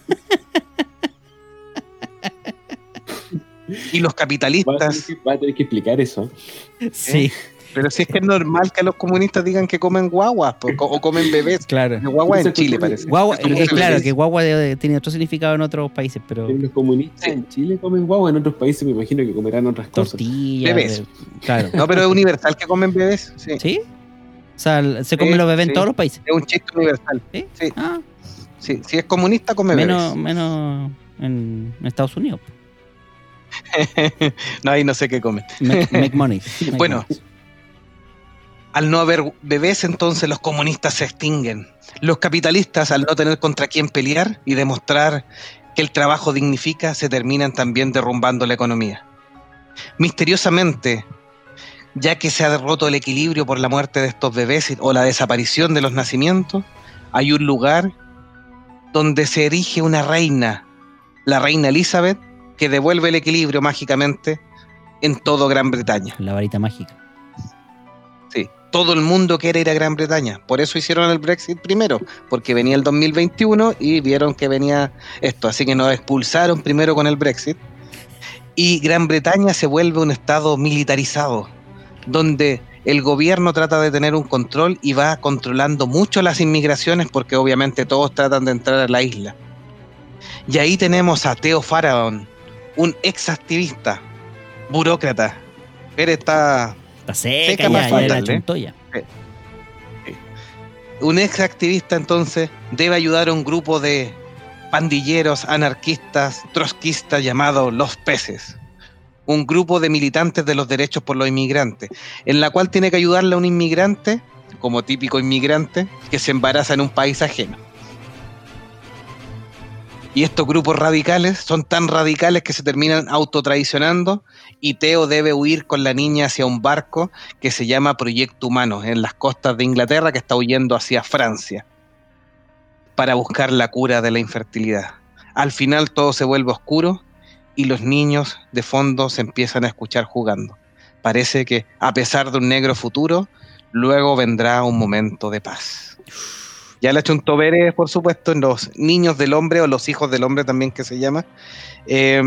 D: Y los
C: Va a, tener
D: capitalistas...
C: que, va a tener que explicar eso.
A: Sí,
D: Pero si es que es normal que los comunistas digan que comen guaguas po, o comen bebés.
A: claro.
D: De guagua en
C: Eso
D: Chile,
C: que-
D: parece.
A: Guagua,
D: Eso
A: eh,
D: se
A: claro,
D: les-
A: que guagua de- tiene otro significado en otros países, pero
C: Los comunistas
D: Sí.
C: en Chile comen guagua, en otros países me imagino que comerán otras cosas.
A: tortillas.
D: Bebés.
A: de- claro.
D: No, pero es universal que comen bebés. Sí.
A: ¿Sí? O sea, se comen
D: Sí,
A: los bebés en
D: sí.
A: todos los países.
D: Es un chiste universal.
A: ¿Sí?
D: Sí.
A: Ah,
D: Sí. Si es comunista, come
A: menos,
D: bebés.
A: menos en Estados Unidos.
D: No, ahí no sé qué comen.
A: Make, make money. Make
D: Bueno.
A: money.
D: Al no haber bebés, entonces los comunistas se extinguen. Los capitalistas, al no tener contra quién pelear y demostrar que el trabajo dignifica, se terminan también derrumbando la economía. Misteriosamente, ya que se ha roto el equilibrio por la muerte de estos bebés o la desaparición de los nacimientos, hay un lugar donde se erige una reina, la reina Elizabeth, que devuelve el equilibrio mágicamente en todo Gran Bretaña.
A: La varita mágica.
D: Sí, todo el mundo quiere ir a Gran Bretaña. Por eso hicieron el Brexit primero, porque venía el dos mil veintiuno y vieron que venía esto. Así que nos expulsaron primero con el Brexit. Y Gran Bretaña se vuelve un estado militarizado, donde el gobierno trata de tener un control y va controlando mucho las inmigraciones, porque obviamente todos tratan de entrar a la isla. Y ahí tenemos a Theo Faraon, un ex activista, burócrata. Él está...
A: Está seca,
D: Seca
A: ya,
D: más
A: ya
D: fatal,
A: la
D: ¿eh?
A: chuntó ya.
D: Un ex activista entonces debe ayudar a un grupo de pandilleros, anarquistas, trotskistas llamado Los Peces, un grupo de militantes de los derechos por los inmigrantes, en la cual tiene que ayudarle a un inmigrante, como típico inmigrante, que se embaraza en un país ajeno. Y estos grupos radicales son tan radicales que se terminan autotraicionando y Theo debe huir con la niña hacia un barco que se llama Proyecto Humano en las costas de Inglaterra, que está huyendo hacia Francia para buscar la cura de la infertilidad. Al final todo se vuelve oscuro y los niños de fondo se empiezan a escuchar jugando. Parece que a pesar de un negro futuro, luego vendrá un momento de paz. Ya la Chuntovere, por supuesto, en Los Niños del Hombre o Los Hijos del Hombre también que se llama, eh,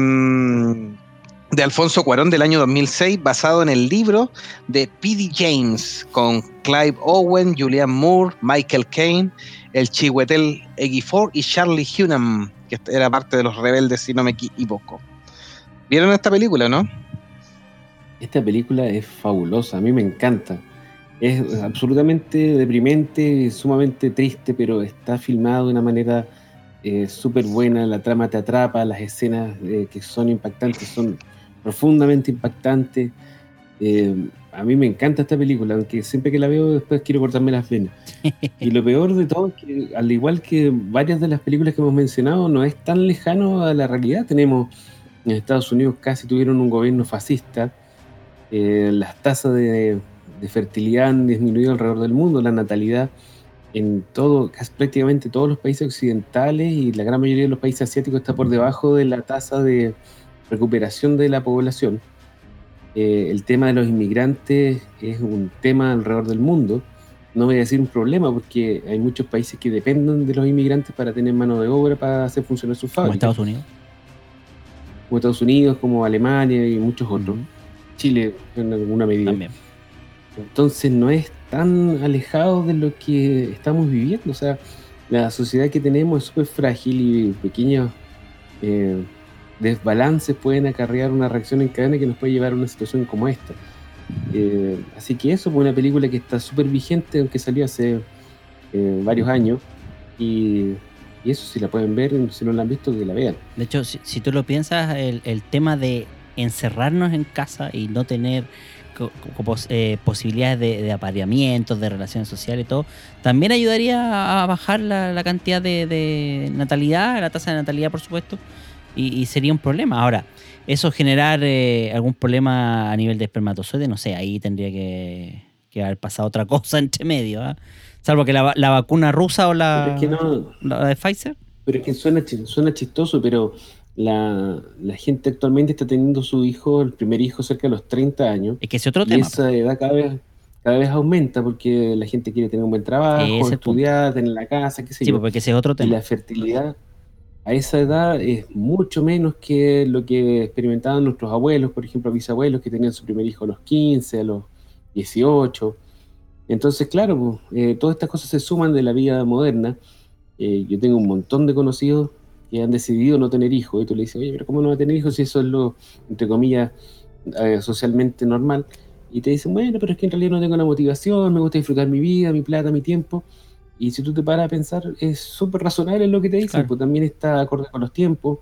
D: de Alfonso Cuarón del año dos mil seis, basado en el libro de P D James, con Clive Owen, Julianne Moore, Michael Caine, el Chiwetel Ejiofor y Charlie Hunnam, que era parte de Los Rebeldes, si no me equivoco. ¿Vieron esta película, no?
C: Esta película es fabulosa, a mí me encanta. Es absolutamente deprimente, sumamente triste, pero está filmado de una manera eh, súper buena. La trama te atrapa, las escenas eh, que son impactantes son profundamente impactantes. Eh, a mí me encanta esta película, aunque siempre que la veo después quiero cortarme las venas. Y lo peor de todo es que, al igual que varias de las películas que hemos mencionado, no es tan lejano a la realidad. Tenemos en Estados Unidos casi tuvieron un gobierno fascista. Eh, las tasas de de fertilidad han disminuido alrededor del mundo, la natalidad en todo, casi prácticamente todos los países occidentales y la gran mayoría de los países asiáticos está por debajo de la tasa de recuperación de la población. Eh, el tema de los inmigrantes es un tema alrededor del mundo. No voy a decir un problema porque hay muchos países que dependen de los inmigrantes para tener mano de obra para hacer funcionar sus
A: Como
C: fábricas.
A: Estados Unidos.
C: Como Estados Unidos, como Alemania y muchos otros.
A: Ujú.
C: Chile en alguna medida.
A: También.
C: Entonces no es tan alejado de lo que estamos viviendo. O sea, la sociedad que tenemos es súper frágil y pequeños eh, desbalances pueden acarrear una reacción en cadena que nos puede llevar a una situación como esta. Eh, así que eso fue una película que está súper vigente, aunque salió hace eh, varios años. Y, y eso, si la pueden ver, si no la han visto, que la vean.
A: De hecho, si, si tú lo piensas, el, el tema de encerrarnos en casa y no tener co- co- pos- eh, posibilidades de, de apareamientos, de relaciones sociales y todo, también ayudaría a bajar la, la cantidad de, de natalidad, la tasa de natalidad, por supuesto, y, y sería un problema. Ahora, eso generar eh, algún problema a nivel de espermatozoide, no sé, ahí tendría que, que haber pasado otra cosa entre medio, ¿ah? Salvo que la, va- la vacuna rusa o
C: Pero es que
A: la,
C: no,
A: la de Pfizer.
C: pero es que suena, chi- suena chistoso, pero la, la gente actualmente está teniendo su hijo, el primer hijo, cerca de los treinta años,
A: Es que ese otro
C: y
A: tema.
C: esa edad cada vez, cada vez aumenta porque la gente quiere tener un buen trabajo,
A: Ese es el punto.
C: estudiar, tener la casa, qué sé
A: Sí,
C: yo.
A: porque ese es otro
C: Y
A: tema.
C: la fertilidad a esa edad es mucho menos que lo que experimentaban nuestros abuelos, por ejemplo, bisabuelos que tenían su primer hijo a los quince, a los dieciocho. Entonces, claro, pues, eh, todas estas cosas se suman de la vida moderna. Eh, yo tengo un montón de conocidos que han decidido no tener hijos, y tú le dices, oye, pero ¿cómo no va a tener hijos si eso es lo, entre comillas, eh, socialmente normal? Y te dicen, bueno, pero es que en realidad no tengo la motivación, me gusta disfrutar mi vida, mi plata, mi tiempo. Y si tú te paras a pensar, es súper razonable lo que te dicen,
A: Claro.
C: pues también está acorde con los tiempos.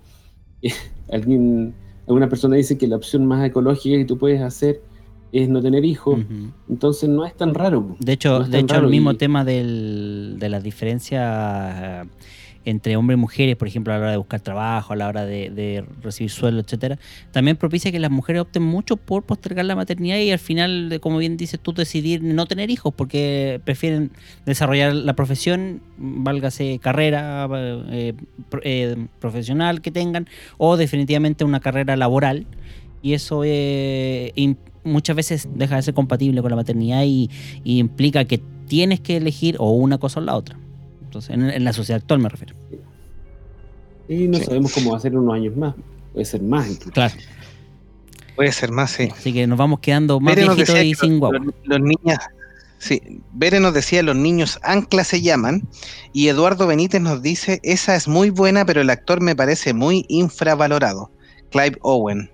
C: Alguien, alguna persona dice que la opción más ecológica que tú puedes hacer es no tener hijos,
A: Ujú.
C: entonces no es tan raro, pues.
A: De hecho,
C: No es
A: de
C: tan
A: hecho el
C: raro.
A: mismo
C: Y
A: tema del, de las diferencias eh, entre hombres y mujeres, por ejemplo, a la hora de buscar trabajo, a la hora de, de recibir sueldo, etcétera, también propicia que las mujeres opten mucho por postergar la maternidad y al final, de- como bien dices tú, decidir no tener hijos porque prefieren desarrollar la profesión, válgase carrera eh, pro- eh, profesional que tengan o definitivamente una carrera laboral. Y eso eh, im- muchas veces deja de ser compatible con la maternidad y, y implica que tienes que elegir o una cosa o la otra. Entonces, en, en la sociedad actual me refiero.
C: y no
D: Sí.
C: sabemos cómo va a ser en unos años más, puede ser más incluso.
A: Claro.
D: Puede ser más, sí.
A: Así que nos vamos quedando más
D: Bere nos
A: viejitos
D: decía
A: y
D: que
A: sin
D: los,
A: guagua.
D: los- los niños, sí, Bere nos decía los niños ancla se llaman, y Eduardo Benítez nos dice, esa es muy buena, pero el actor me parece muy infravalorado. Clive Owen.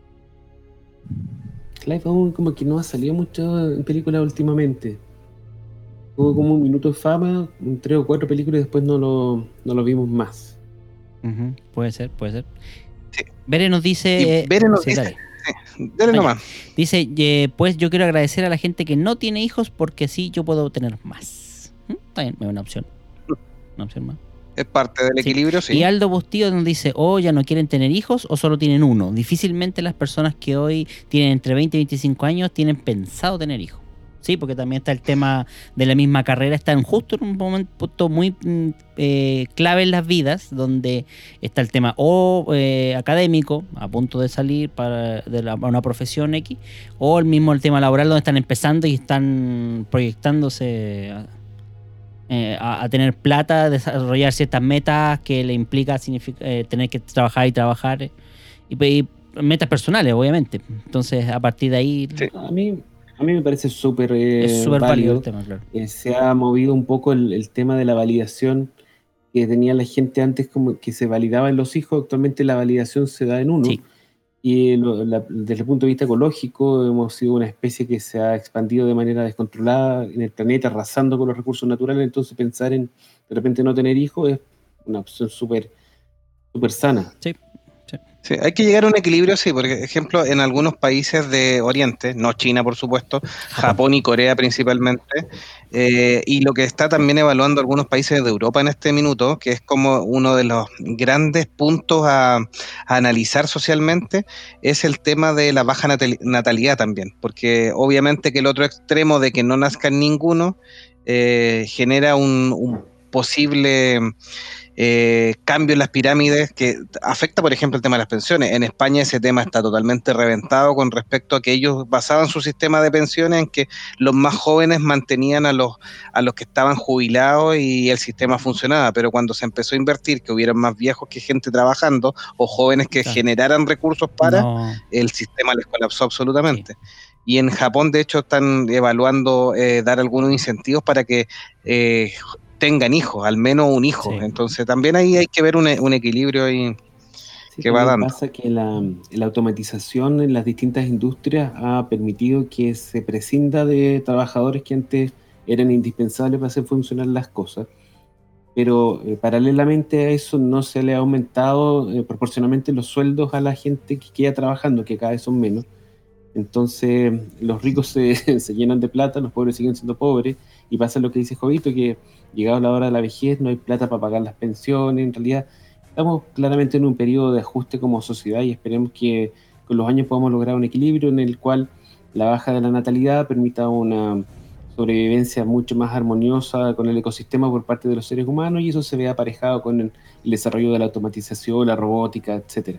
C: Clive Owen como que no ha salido mucho en películas últimamente. Tuvo como un minuto de fama, un tres o cuatro películas y después no lo, no lo vimos más.
A: Ujú, puede ser, puede ser.
D: Sí.
A: Bere nos dice...
D: Y
A: eh,
D: Bere nos
A: sí,
D: dice,
A: dale.
D: dale
A: Ah,
D: nomás.
A: Dice, eh, pues yo quiero agradecer a la gente que no tiene hijos porque así yo puedo tener más. ¿Mm? Está bien, es una opción. Una opción más.
D: Es parte del
A: Sí.
D: equilibrio, sí.
A: Y Aldo Bustillo nos dice, o ya no quieren tener hijos o solo tienen uno. Difícilmente las personas que hoy tienen entre veinte y veinticinco años tienen pensado tener hijos. Sí, porque también está el tema de la misma carrera, están justo en un momento muy mm, eh, clave en las vidas, donde está el tema o eh, académico, a punto de salir para de la- una profesión X, o el mismo el tema laboral, donde están empezando y están proyectándose a, eh, a- a tener plata, desarrollar ciertas metas que le implica significa, eh, tener que trabajar y trabajar, eh, y, y metas personales, obviamente. Entonces, a partir de ahí,
D: Sí.
C: A mí, a mí me parece súper eh,
A: es súper válido
C: válido.
A: el tema, claro.
C: Eh, se ha movido un poco el, el tema de la validación que tenía la gente antes, como que se validaba en los hijos, actualmente la validación se da en uno.
A: Sí.
C: Y lo- la- desde el punto de vista ecológico, hemos sido una especie que se ha expandido de manera descontrolada en el planeta, arrasando con los recursos naturales. Entonces, pensar en de repente no tener hijos es una opción súper súper sana.
A: Sí.
D: Sí, hay que llegar a un equilibrio, sí, por ejemplo, en algunos países de Oriente, no China, por supuesto, Japón y Corea principalmente, eh, y lo que está también evaluando algunos países de Europa en este minuto, que es como uno de los grandes puntos a, a analizar socialmente, es el tema de la baja natal- natalidad también, porque obviamente que el otro extremo de que no nazca ninguno eh, genera un, un posible... Eh, cambio en las pirámides que afecta, por ejemplo, el tema de las pensiones. En España ese tema está totalmente reventado con respecto a que ellos basaban su sistema de pensiones en que los más jóvenes mantenían a los, a los que estaban jubilados y el sistema funcionaba, pero cuando se empezó a invertir, que hubieran más viejos que gente trabajando o jóvenes que
A: Claro.
D: generaran recursos para,
A: No,
D: el sistema les colapsó absolutamente. Sí. Y en Japón, de hecho, están evaluando eh, dar algunos incentivos para que eh, tengan hijos, al menos un hijo.
A: Sí.
D: Entonces también ahí hay que ver un, un equilibrio ahí.
C: Sí,
D: que va
C: también
D: dando.
C: pasa que la, la automatización en las distintas industrias ha permitido que se prescinda de trabajadores que antes eran indispensables para hacer funcionar las cosas, pero eh, paralelamente a eso no se le ha aumentado eh, proporcionalmente los sueldos a la gente que queda trabajando, que cada vez son menos. Entonces los ricos se, se llenan de plata, los pobres siguen siendo pobres, y pasa lo que dice Jovito, que llegado la hora de la vejez no hay plata para pagar las pensiones. En realidad estamos claramente en un periodo de ajuste como sociedad, y esperemos que con los años podamos lograr un equilibrio en el cual la baja de la natalidad permita una sobrevivencia mucho más armoniosa con el ecosistema por parte de los seres humanos, y eso se ve aparejado con el, el desarrollo de la automatización, la robótica, etcétera.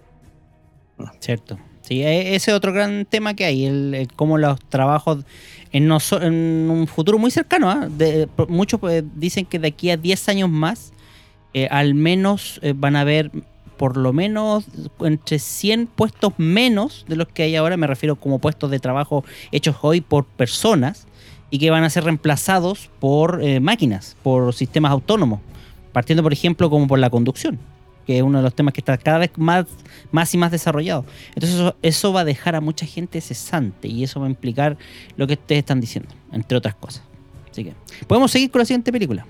A: Cierto. Sí, e- ese es otro gran tema que hay, el, el cómo los trabajos en, noso- en un futuro muy cercano, ¿ah? De- por- muchos pues, dicen que de aquí a diez años más, eh, al menos eh, van a haber por lo menos entre cien puestos menos de los que hay ahora, me refiero como puestos de trabajo hechos hoy por personas, y que van a ser reemplazados por eh, máquinas, por sistemas autónomos, partiendo por ejemplo como por la conducción, que es uno de los temas que está cada vez más, más y más desarrollado. Entonces eso, eso va a dejar a mucha gente cesante, y eso va a implicar lo que ustedes están diciendo, entre otras cosas. Así que podemos seguir con la siguiente película.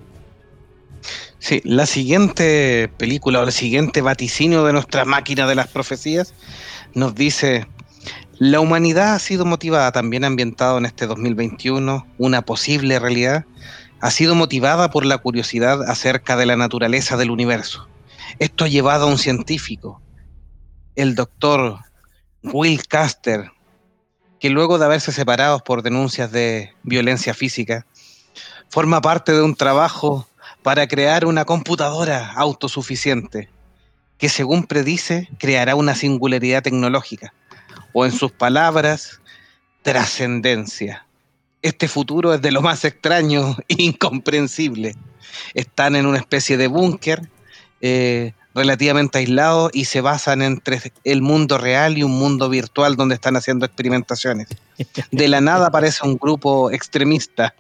D: Sí, la siguiente película o el siguiente vaticinio de nuestra máquina de las profecías nos dice: la humanidad ha sido motivada, también ambientado en este dos mil veintiuno, una posible realidad, ha sido motivada por la curiosidad acerca de la naturaleza del universo. Esto ha llevado a un científico, el doctor Will Caster, que luego de haberse separado por denuncias de violencia física, forma parte de un trabajo para crear una computadora autosuficiente que, según predice, creará una singularidad tecnológica, o en sus palabras, trascendencia. Este futuro es de lo más extraño e incomprensible. Están en una especie de búnker eh, relativamente aislado, y se basan entre el mundo real y un mundo virtual donde están haciendo experimentaciones. De la nada aparece un grupo extremista.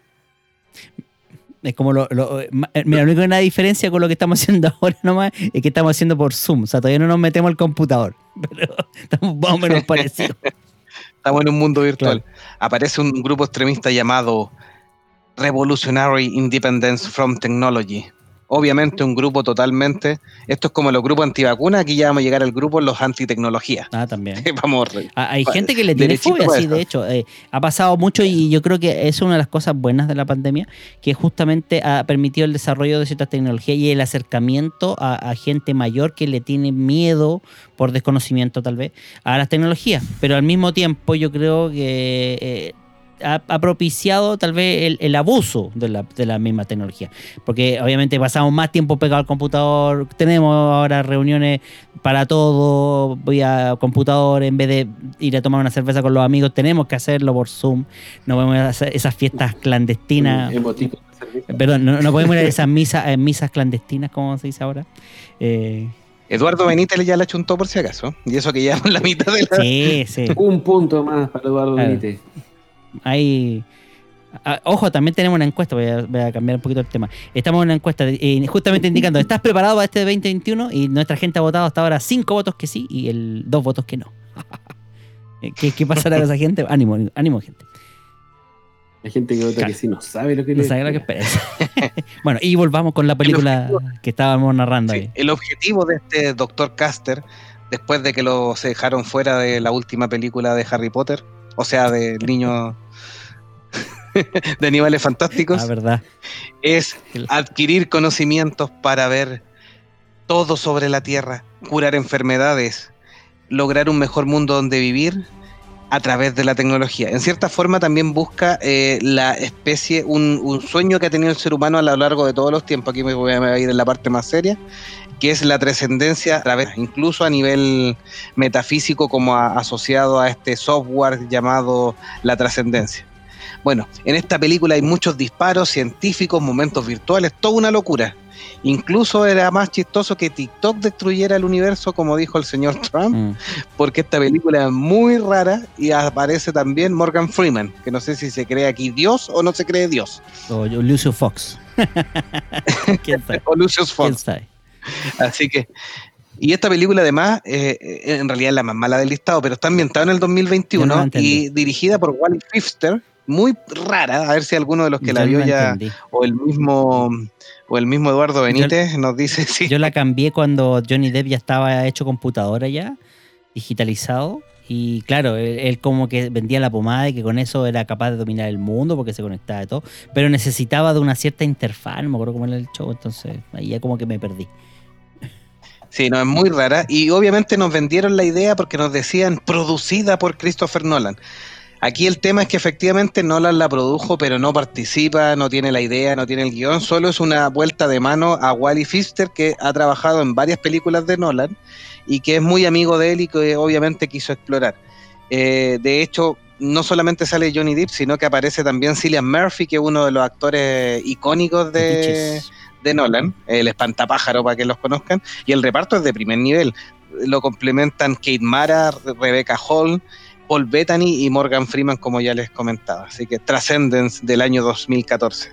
A: Es como lo, lo ma- mira, la única diferencia con lo que estamos haciendo ahora nomás es que estamos haciendo por Zoom. O sea, todavía no nos metemos al computador, pero estamos más o menos parecidos.
D: Estamos en un mundo virtual.
A: Claro.
D: Aparece un grupo extremista llamado Revolutionary Independence from Technology. Obviamente un grupo totalmente... Esto es como los grupos antivacunas, aquí ya vamos a llegar al grupo los antitecnología.
A: Ah, también.
D: Vamos a re-
A: Ah, hay gente que le tiene
D: derechito
A: fobia,
D: para
A: sí,
D: eso.
A: de hecho. Eh, ha pasado mucho, y yo creo que es una de las cosas buenas de la pandemia, que justamente ha permitido el desarrollo de ciertas tecnologías y el acercamiento a, a gente mayor que le tiene miedo, por desconocimiento tal vez, a las tecnologías. Pero al mismo tiempo yo creo que eh, ha, ha propiciado tal vez el, el abuso de la, de la misma tecnología. Porque obviamente pasamos más tiempo pegados al computador, tenemos ahora reuniones para todo, voy a computador, en vez de ir a tomar una cerveza con los amigos, tenemos que hacerlo por Zoom, no podemos hacer esas fiestas clandestinas,
C: Emoticon de cerveza.
A: perdón, no, no podemos ir a esas misas, eh, misas clandestinas, como se dice ahora. Eh,
D: Eduardo Benítez ya la chuntó por si acaso. Y eso que llevamos la mitad de la...
A: sí, sí.
C: Un punto más para Eduardo
A: Claro.
C: Benítez.
A: Hay, ah, ojo, también tenemos una encuesta, voy a, voy a cambiar un poquito el tema. Estamos en una encuesta eh, justamente indicando, ¿estás preparado para este veinte veintiuno? Y nuestra gente ha votado hasta ahora cinco votos que sí y el dos votos que no. ¿Qué, qué pasará con esa gente? Ánimo, ánimo, gente.
C: Hay gente que vota
A: Claro.
C: que sí no sabe lo que
A: No
C: le
A: sabe lo que
C: espera.
A: espera. Bueno, y volvamos con la película que estábamos narrando
D: Sí,
A: ahí.
D: el objetivo de este doctor Caster, después de que lo se dejaron fuera de la última película de Harry Potter, o sea, del niño de Animales Fantásticos,
A: Ah, verdad.
D: es adquirir conocimientos para ver todo sobre la Tierra, curar enfermedades, lograr un mejor mundo donde vivir a través de la tecnología. En cierta forma también busca eh, la especie, un, un sueño que ha tenido el ser humano a lo largo de todos los tiempos. Aquí me voy a ir en la parte más seria, que es la trascendencia, a través, incluso a nivel metafísico, como a, asociado a este software llamado la trascendencia. Bueno, en esta película hay muchos disparos científicos, momentos virtuales, toda una locura. Incluso era más chistoso que TikTok destruyera el universo, como dijo el señor Trump,
A: Mm.
D: porque esta película es muy rara y aparece también Morgan Freeman, que no sé si se cree aquí Dios o no se cree Dios,
A: O Lucio Fox. ¿Quién sabe?
D: o Lucius
A: ¿Quién
D: Fox.
A: sabe?
D: Así que Y esta película además, eh, en realidad es la más mala del listado, pero está ambientada en el dos mil veintiuno
A: no
D: y dirigida por Wally Pfister, muy rara, a ver si alguno de los que
A: Yo
D: la
A: no
D: vio
A: la
D: ya,
A: entendí.
D: o el mismo o el mismo Eduardo Benítez nos dice sí.
A: Yo la cambié cuando Johnny Depp ya estaba hecho computadora ya, digitalizado. Y claro, él, él como que vendía la pomada y que con eso era capaz de dominar el mundo porque se conectaba de todo. Pero necesitaba de una cierta interfaz, no me acuerdo cómo era el show, entonces ahí ya como que me perdí.
D: Sí, no, es muy rara. Y obviamente nos vendieron la idea porque nos decían producida por Christopher Nolan. Aquí el tema es que efectivamente Nolan la produjo, pero no participa, no tiene la idea, no tiene el guión, solo es una vuelta de mano a Wally Pfister, que ha trabajado en varias películas de Nolan y que es muy amigo de él y que obviamente quiso explorar. Eh, de hecho, no solamente sale Johnny Depp, sino que aparece también Cillian Murphy, que es uno de los actores icónicos de... de Nolan, el espantapájaro para que los conozcan, y el reparto es de primer nivel. Lo complementan Kate Mara, Rebecca Hall, Paul Bettany y Morgan Freeman, como ya les comentaba. Así que Transcendence del año dos mil catorce.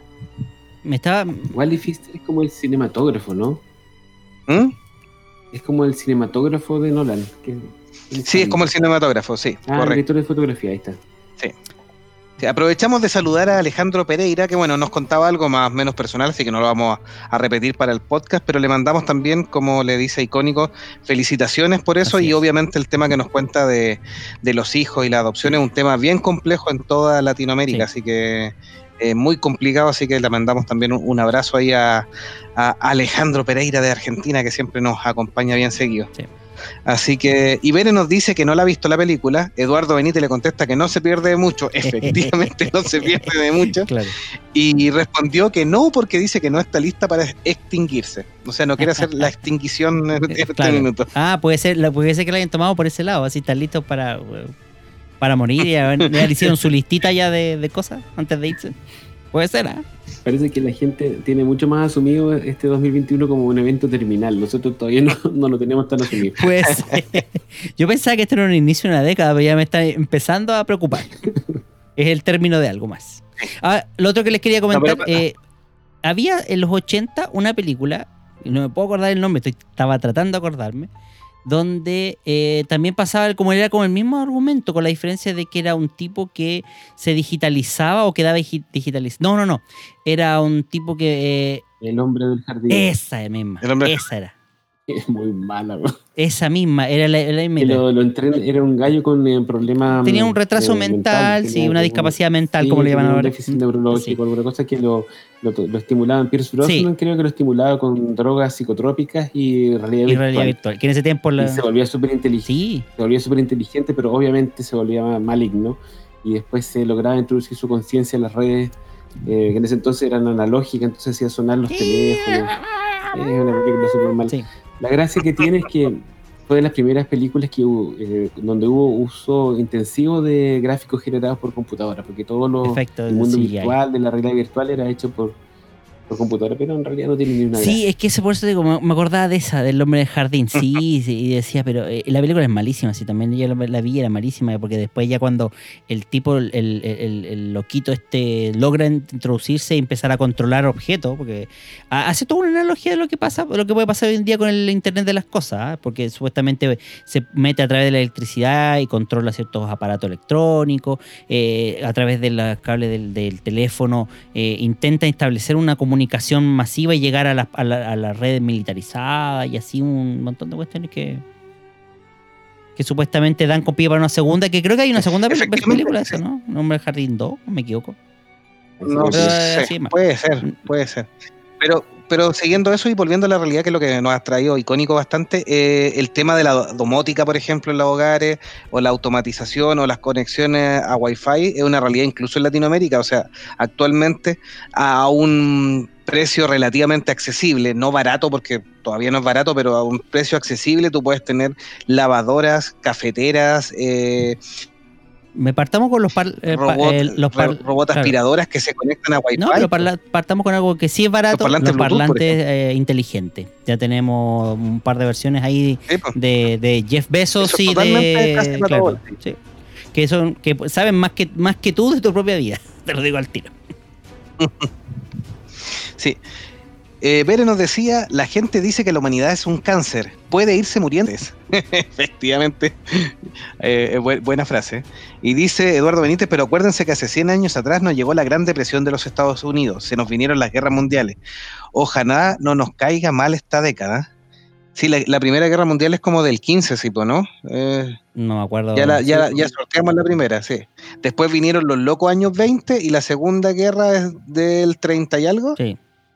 A: Me estaba...
C: Wally Pfister es como el cinematógrafo, ¿no?
D: ¿Mm?
C: Es como el cinematógrafo de Nolan. Que,
D: sí, es como el cinematógrafo, sí.
C: Ah, correcto. El director de fotografía, ahí está.
D: Sí. Sí, aprovechamos de saludar a Alejandro Pereira, que bueno, nos contaba algo más o menos personal, así que no lo vamos a, a repetir para el podcast, pero le mandamos también, como le dice Icónico, felicitaciones por eso. Así y es. Obviamente el tema que nos cuenta de, de los hijos y la adopción es un tema bien complejo en toda Latinoamérica, sí. Así que eh, muy complicado, así que le mandamos también un, un abrazo ahí a, a Alejandro Pereira de Argentina, que siempre nos acompaña bien seguido. Sí. Así que Ibere nos dice que no la ha visto la película. Eduardo Benítez le contesta que no se pierde de mucho. Efectivamente no se pierde de mucho. Claro. Y respondió que no, porque dice que no está lista para extinguirse. O sea, no quiere hacer la extinguición en este claro. minuto.
A: Ah, puede ser, puede ser que la hayan tomado por ese lado. Así están listos para, para morir. Y ya, ya le hicieron su listita ya de, de cosas antes de irse. Puede ser, ¿ah? ¿eh?
C: Parece que la gente tiene mucho más asumido este dos mil veintiuno como un evento terminal. Nosotros todavía no, no lo tenemos tan asumido.
A: Pues yo pensaba que esto era un inicio de una década, pero ya me está empezando a preocupar. Es el término de algo más. Ah, lo otro que les quería comentar, no, pero, eh, había en los ochenta una película, no me puedo acordar el nombre, estoy, estaba tratando de acordarme, donde eh, también pasaba como era como el mismo argumento, con la diferencia de que era un tipo que se digitalizaba o quedaba digitalizado. No, no, no. Era un tipo que... Eh,
C: el hombre del jardín.
A: Esa misma. Esa era.
C: Es muy mala, bro.
A: Esa misma, era la, la misma.
C: Lo, lo entren, era un gallo con eh, problemas.
A: Tenía un retraso eh, mental, mental, sí, una discapacidad mental, sí, como le llaman ahora.
C: Un déficit neurológico, sí. Alguna cosa que lo, lo, lo estimulaban. Pierce Brosnan sí. creo que lo estimulaba con drogas psicotrópicas y realidad, y virtual. realidad virtual.
A: Que en ese tiempo la...
C: Y se volvía súper inteligente.
A: Sí.
C: Se volvía súper inteligente, pero obviamente se volvía maligno. Y después se lograba introducir su conciencia en las redes, eh, que en ese entonces eran analógicas, entonces hacía sonar los teléfonos. Es una película súper mal. Sí. La gracia que tiene es que fue de las primeras películas que hubo, eh, donde hubo uso intensivo de gráficos generados por computadora, porque todo lo, Efecto, el mundo sí, virtual, de la realidad virtual era hecho por, por computadora, pero en realidad no tiene ni una
A: Sí,
C: gracia.
A: Es que eso por eso digo, me acordaba de esa, del hombre del jardín, sí, sí, y decía, pero eh, la película es malísima, sí, también yo la, la vi, era malísima, porque después ya cuando el tipo, el, el, el, el loquito este logra introducirse y empezar a controlar objetos, porque hace toda una analogía de lo que pasa, lo que puede pasar hoy en día con el internet de las cosas, ¿eh? Porque supuestamente se mete a través de la electricidad y controla ciertos aparatos electrónicos, eh, a través de los cables del, del teléfono, eh, intenta establecer una comunicación comunicación masiva y llegar a las a la, a la redes militarizadas y así un montón de cuestiones que que supuestamente dan con pie para una segunda, que creo que hay una segunda película esa, ¿no? Nombre del Jardín dos, no me equivoco.
D: No sé, puede ser, puede ser. Pero pero siguiendo eso y volviendo a la realidad, que es lo que nos ha traído Icónico bastante, eh, el tema de la domótica, por ejemplo, en los hogares, o la automatización, o las conexiones a Wi-Fi, es una realidad incluso en Latinoamérica. O sea, actualmente a un precio relativamente accesible, no barato, porque todavía no es barato, pero a un precio accesible tú puedes tener lavadoras, cafeteras, eh,
A: Me partamos con los, par, eh,
D: robot,
A: eh, los par,
D: robots claro. aspiradoras que se conectan a Wi-Fi.
A: No, pero parla, partamos con algo que sí es barato, los parlantes, los parlantes eh, inteligentes. Ya tenemos un par de versiones ahí sí, pues. de, de Jeff Bezos y de... Claro, sí. Que son que saben más que, más que tú de tu propia vida. Te lo digo al tiro.
D: Sí. Eh, Bere nos decía, la gente dice que la humanidad es un cáncer, puede irse muriendo. Efectivamente, eh, bu- buena frase. Y dice Eduardo Benítez, pero acuérdense que hace cien años atrás nos llegó la Gran Depresión de los Estados Unidos, se nos vinieron las guerras mundiales. Ojalá no nos caiga mal esta década. Sí, la, la Primera Guerra Mundial es como del quince, sí, po, ¿no? Eh,
A: No me acuerdo.
D: ya, la, ya,
C: sí.
D: ya sorteamos la primera, sí. Después vinieron los locos años veinte y la Segunda Guerra es del treinta y algo.
A: Sí.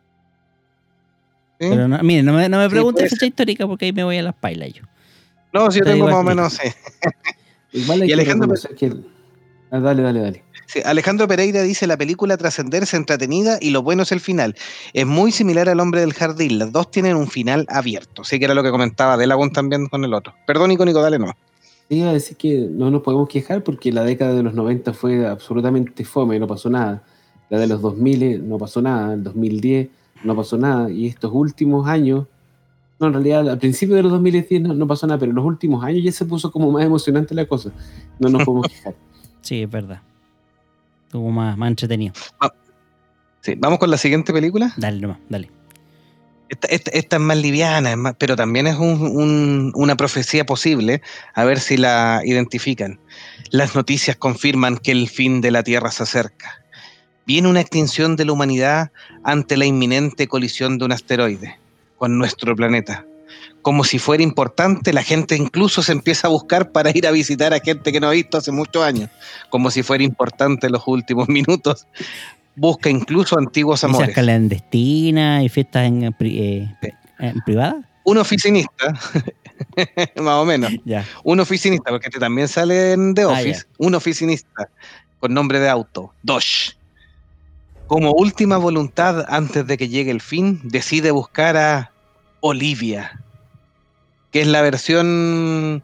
D: ¿Sí?
A: Pero no, mire, no me, no me
D: Sí,
A: pregunte
D: puede
A: fecha
D: ser.
A: histórica porque ahí me voy a las pailas yo.
D: No, si yo
A: Te
D: tengo
A: digo
D: más o
A: al
D: menos, sí.
C: Igual hay
D: Y
C: que
D: Alejandro-
C: reconocer que... Ah, dale, dale, dale.
D: Sí, Alejandro Pereira dice, la película trascenderse entretenida y lo bueno es el final. Es muy similar al Hombre del Jardín. Las dos tienen un final abierto. Sí, que era lo que comentaba Delagón también con el otro. Perdón, Nico, Nico, dale no.
C: Sí, iba a decir que no nos podemos quejar porque la década de los noventa fue absolutamente fome, no pasó nada. La de los dos mil no pasó nada, el dos mil diez no pasó nada. Y estos últimos años, no, en realidad al principio de los dos mil diez no, no pasó nada, pero en los últimos años ya se puso como más emocionante la cosa. No nos podemos quejar.
A: Sí, es verdad. Estuvo más, más entretenido.
D: Sí, vamos con la siguiente película.
A: Dale nomás, dale.
D: Esta, esta, esta es más liviana, es más, pero también es un, un, una profecía posible. A ver si la identifican. Las noticias confirman que el fin de la Tierra se acerca. Viene una extinción de la humanidad ante la inminente colisión de un asteroide con nuestro planeta. Como si fuera importante, la gente incluso se empieza a buscar para ir a visitar a gente que no ha visto hace muchos años. Como si fuera importante en los últimos minutos. Busca incluso antiguos
A: Misas
D: amores.
A: clandestinas y fiestas en, pri- eh,
D: Sí.
A: en privada.
D: Un oficinista, más o menos,
A: Ya.
D: un oficinista, porque este también sale en The
A: Ah,
D: Office,
A: ya.
D: un oficinista con nombre de auto, Dosh. Como última voluntad antes de que llegue el fin, decide buscar a Olivia, que es la versión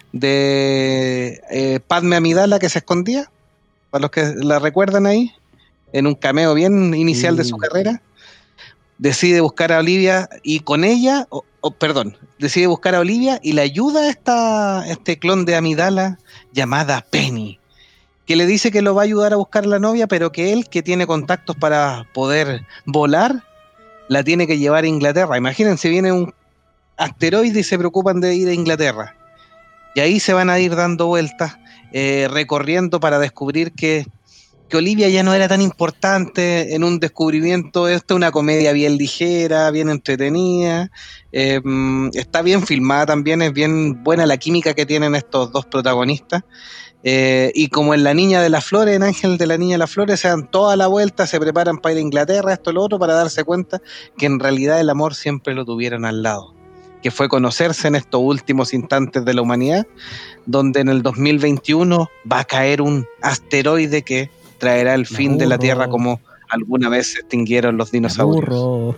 D: de eh, Padme Amidala que se escondía, para los que la recuerdan ahí, en un cameo bien inicial de su
C: Mm.
D: carrera. Decide buscar a Olivia y con ella, o, o, perdón, decide buscar a Olivia y le ayuda a esta, este clon de Amidala llamada Penny, que le dice que lo va a ayudar a buscar a la novia, pero que él, que tiene contactos para poder volar, la tiene que llevar a Inglaterra. Imagínense, viene un asteroide y se preocupan de ir a Inglaterra. Y ahí se van a ir dando vueltas, eh, recorriendo para descubrir que, que Olivia ya no era tan importante en un descubrimiento. Esta es una comedia bien ligera, bien entretenida, eh, está bien filmada también, es bien buena la química que tienen estos dos protagonistas. Eh, y como en La Niña de las Flores, en Ángel de la Niña de las Flores, se dan toda la vuelta, se preparan para ir a Inglaterra, esto, lo otro, para darse cuenta que en realidad el amor siempre lo tuvieron al lado, que fue conocerse en estos últimos instantes de la humanidad, donde en el dos mil veintiuno va a caer un asteroide que traerá el fin de la
A: Aburro.
D: Tierra, como alguna vez se extinguieron los dinosaurios.
A: Burro.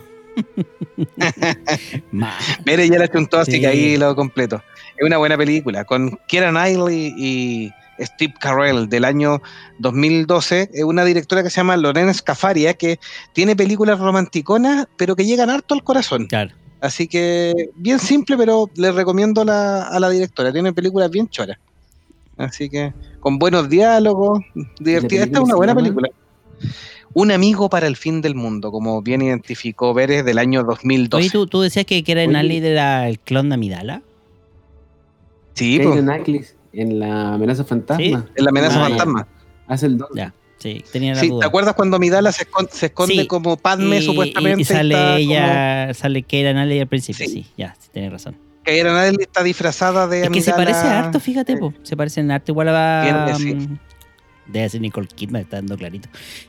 A: Mal.
D: Mire, ya la chuntó, así
A: Sí.
D: que ahí lo completo. Es una buena película, con Keira Knightley y Steve Carell, del año dos mil doce. Es una directora que se llama Lorena Scafaria, que tiene películas romanticonas, pero que llegan harto al corazón.
A: Claro.
D: Así que bien simple, pero les recomiendo la, a la directora. Tiene películas bien choras. Así que con buenos diálogos, divertida. Esta es una buena película. Un amigo para el fin del mundo, como bien identificó Pérez, del año dos mil doce.
A: Oye, ¿tú, tú decías que Keira
C: Oye.
A: Knightley era el clon de Amidala.
D: Sí,
C: Keira
D: pues,
C: Knightley en La Amenaza Fantasma.
A: ¿Sí?
D: en La Amenaza
A: Ah, ya.
D: Fantasma.
C: Hace el dos.
A: Ya, sí, tenía la
D: Sí,
A: duda.
D: ¿te acuerdas cuando Amidala se esconde, se esconde
A: Sí.
D: como Padme,
A: Y-
D: supuestamente?
A: Y, y sale
D: está
A: ella, sale Keira Knightley al principio,
D: Sí.
A: sí, ya, sí, tienes razón.
D: como que era nadie está disfrazada de
A: Es que se
D: Amidala.
A: parece harto, fíjate, po. Se parece en harto igual a...
D: Bien, sí.
A: mm, Debe ser Nicole Kidman, está dando clarito.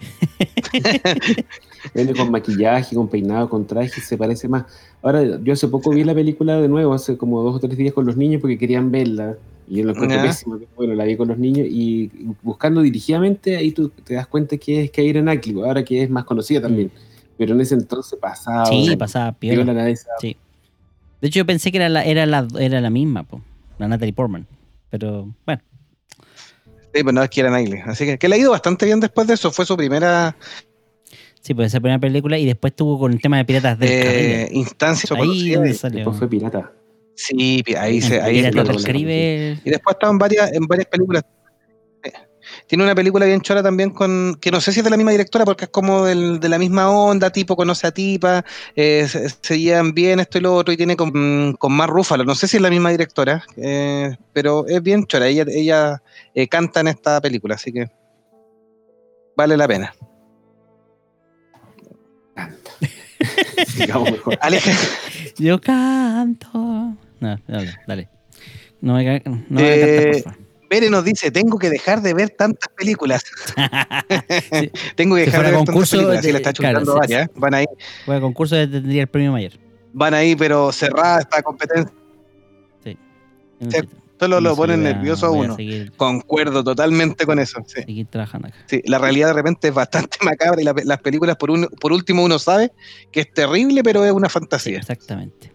C: Viene con maquillaje, con peinado, con traje, se parece más. Ahora, yo hace poco vi la película de nuevo, hace como dos o tres días con los niños porque querían verla. Y yo lo encuentro
D: Ya.
C: pésimo, pero bueno, la vi con los niños y buscando dirigidamente, ahí tú te das cuenta que es Keira Knightley, ahora que es más conocida también. Pero en ese entonces pasaba.
A: Sí, pasaba
C: Digo,
A: piola.
C: la cabeza.
A: Sí. De hecho, yo pensé que era la, era la, era la misma, po, la Natalie Portman. Pero, bueno.
D: Sí, pues no es que era Knightley. Así que, que le ha ido bastante bien después de eso. Fue su primera
A: Sí, pues esa primera película y después tuvo con el tema de Piratas del
D: eh,
A: Caribe.
D: instancia
A: Ahí
D: conocida.
A: donde
D: Y-
A: salió.
C: Después fue pirata.
D: Sí, ahí, se,
A: En
D: ahí
A: Piratas
D: explotó.
A: del Caribe.
D: Y después estaba en varias, en varias películas. Tiene una película bien chora también con, que no sé si es de la misma directora, porque es como del, de la misma onda, tipo conoce a tipa, eh, se, se llevan bien esto y lo otro, y tiene con, con Mark Ruffalo, no sé si es la misma directora, eh, pero es bien chora, ella, ella eh, canta en esta película, así que vale la pena.
C: Canta. Sigamos mejor.
D: Aleja,
A: Yo canto. No, dale, dale. No me, ca- no me
D: Eh,
A: cantes, por favor.
D: Bere nos dice, tengo que dejar de ver tantas películas.
A: Sí,
D: Tengo que
A: si
D: dejar
A: fuera
D: de ver tantas
A: concurso,
D: películas. Sí,
A: de-
D: le está
A: claro,
D: chutando
A: sí,
D: varias. ¿eh? Van ahí,
A: fue a concurso de tendría el premio mayor.
D: van ahí, pero cerrada esta competencia.
A: Sí.
D: Sí, solo lo
A: Eso,
D: ponen
A: yo voy a-
D: nervioso a
A: voy a
D: uno.
A: seguir,
D: Concuerdo totalmente con eso. Sí.
A: seguir trabajando acá.
D: Sí, la realidad de repente es bastante macabra y la- las películas, por, un, por último, uno sabe que es terrible, pero es una
A: Sí,
D: fantasía.
A: exactamente.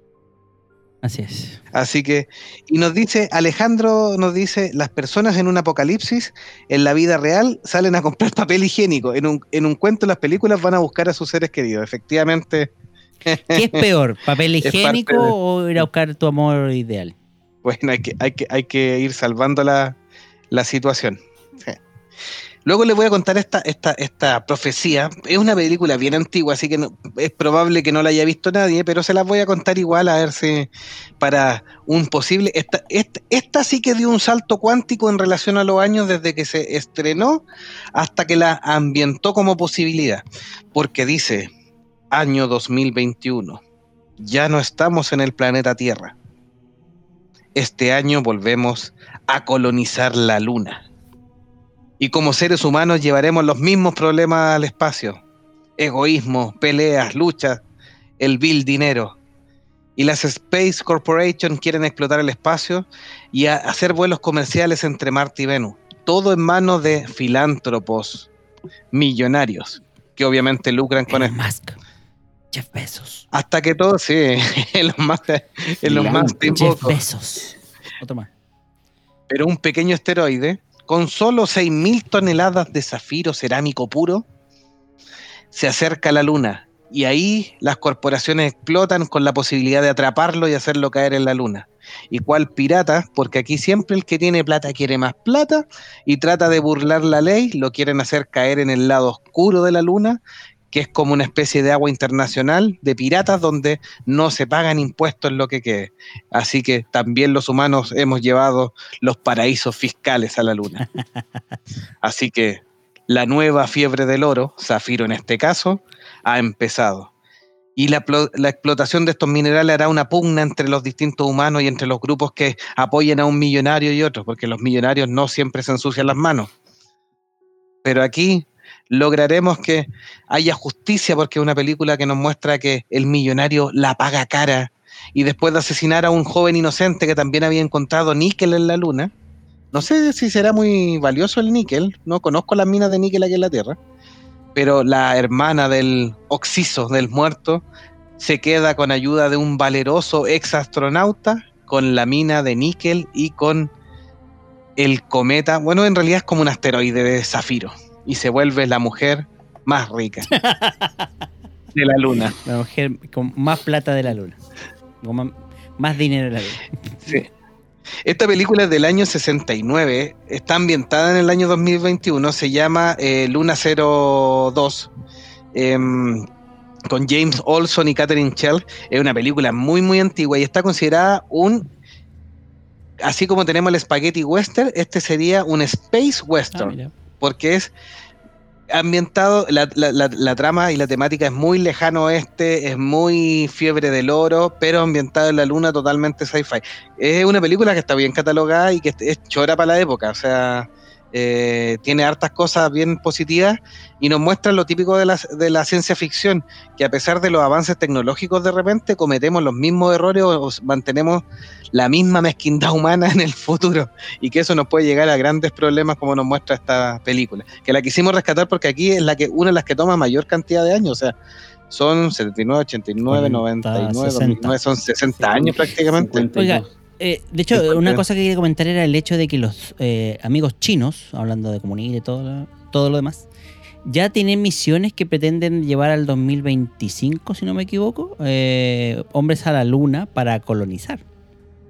A: Así es.
D: Así que, y nos dice, Alejandro nos dice, las personas en un apocalipsis, en la vida real, salen a comprar papel higiénico. En un, en un cuento, las películas van a buscar a sus seres queridos. Efectivamente.
A: ¿Qué es peor, papel
D: Es
A: higiénico
D: parte de-
A: o ir a buscar tu amor ideal?
D: Bueno, hay que, hay que, hay que ir salvando la, la situación. Sí. Luego les voy a contar esta, esta, esta profecía. Es una película bien antigua, así que no, es probable que no la haya visto nadie, pero se las voy a contar igual a ver si para un posible... Esta, esta, esta sí que dio un salto cuántico en relación a los años desde que se estrenó hasta que la ambientó como posibilidad. Porque dice, año dos mil veintiuno, ya no estamos en el planeta Tierra. Este año volvemos a colonizar la Luna. Y como seres humanos llevaremos los mismos problemas al espacio. Egoísmo, peleas, luchas, el vil dinero. Y las Space Corporation quieren explotar el espacio y a- hacer vuelos comerciales entre Marte y Venus. Todo en manos de filántropos millonarios, que obviamente lucran con
A: Elon
D: esto.
A: Musk. Jeff Bezos.
D: Hasta que todo, sí, en los más, en los más
C: Filántropo.
A: Jeff
D: poco.
A: Bezos. Otro más.
D: Pero un pequeño asteroide con solo seis mil toneladas de zafiro cerámico puro se acerca a la Luna y ahí las corporaciones explotan con la posibilidad de atraparlo y hacerlo caer en la Luna. ¿Y cuál pirata? Porque aquí siempre el que tiene plata quiere más plata y trata de burlar la ley, lo quieren hacer caer en el lado oscuro de la Luna, que es como una especie de agua internacional de piratas donde no se pagan impuestos en lo que quede. Así que también los humanos hemos llevado los paraísos fiscales a la Luna. Así que la nueva fiebre del oro, zafiro en este caso, ha empezado. Y la, la explotación de estos minerales hará una pugna entre los distintos humanos y entre los grupos que apoyen a un millonario y otros, porque los millonarios no siempre se ensucian las manos. Pero aquí lograremos que haya justicia, porque es una película que nos muestra que el millonario la paga cara y después de asesinar a un joven inocente que también había encontrado níquel en la Luna. No sé si será muy valioso el níquel, no conozco las minas de níquel aquí en la Tierra, pero la hermana del Oxiso, del muerto, se queda con ayuda de un valeroso ex astronauta con la mina de níquel y con el cometa, bueno, en realidad es como un asteroide de zafiro, y se vuelve la mujer más rica de la Luna.
A: La mujer con más plata de la Luna. Con más, más dinero de la Luna.
D: Sí. Esta película es del año sesenta y nueve, está ambientada en el año dos mil veintiuno, se llama eh, Luna cero dos, eh, con James Olson y Catherine Schell. Es una película muy muy antigua y está considerada un, así como tenemos el spaghetti western, este sería un space western, ah, porque es ambientado, la, la, la, la trama y la temática es muy lejano oeste, es muy fiebre del oro, pero ambientado en la Luna, totalmente sci-fi. Es una película que está bien catalogada y que es chora para la época, o sea, eh, tiene hartas cosas bien positivas y nos muestra lo típico de la, de la ciencia ficción, que a pesar de los avances tecnológicos de repente cometemos los mismos errores o, o mantenemos la misma mezquindad humana en el futuro, y que eso nos puede llegar a grandes problemas, como nos muestra esta película, que la quisimos rescatar porque aquí es la que una de las que toma mayor cantidad de años, o sea, son setenta y nueve, ochenta y nueve, noventa y nueve, dos mil nueve, son sesenta años prácticamente.
A: Oiga, eh, de hecho, una cosa que quería comentar era el hecho de que los eh, amigos chinos, hablando de comunismo y todo lo, todo lo demás, ya tienen misiones que pretenden llevar al dos mil veinticinco, si no me equivoco, eh, hombres a la Luna para colonizar.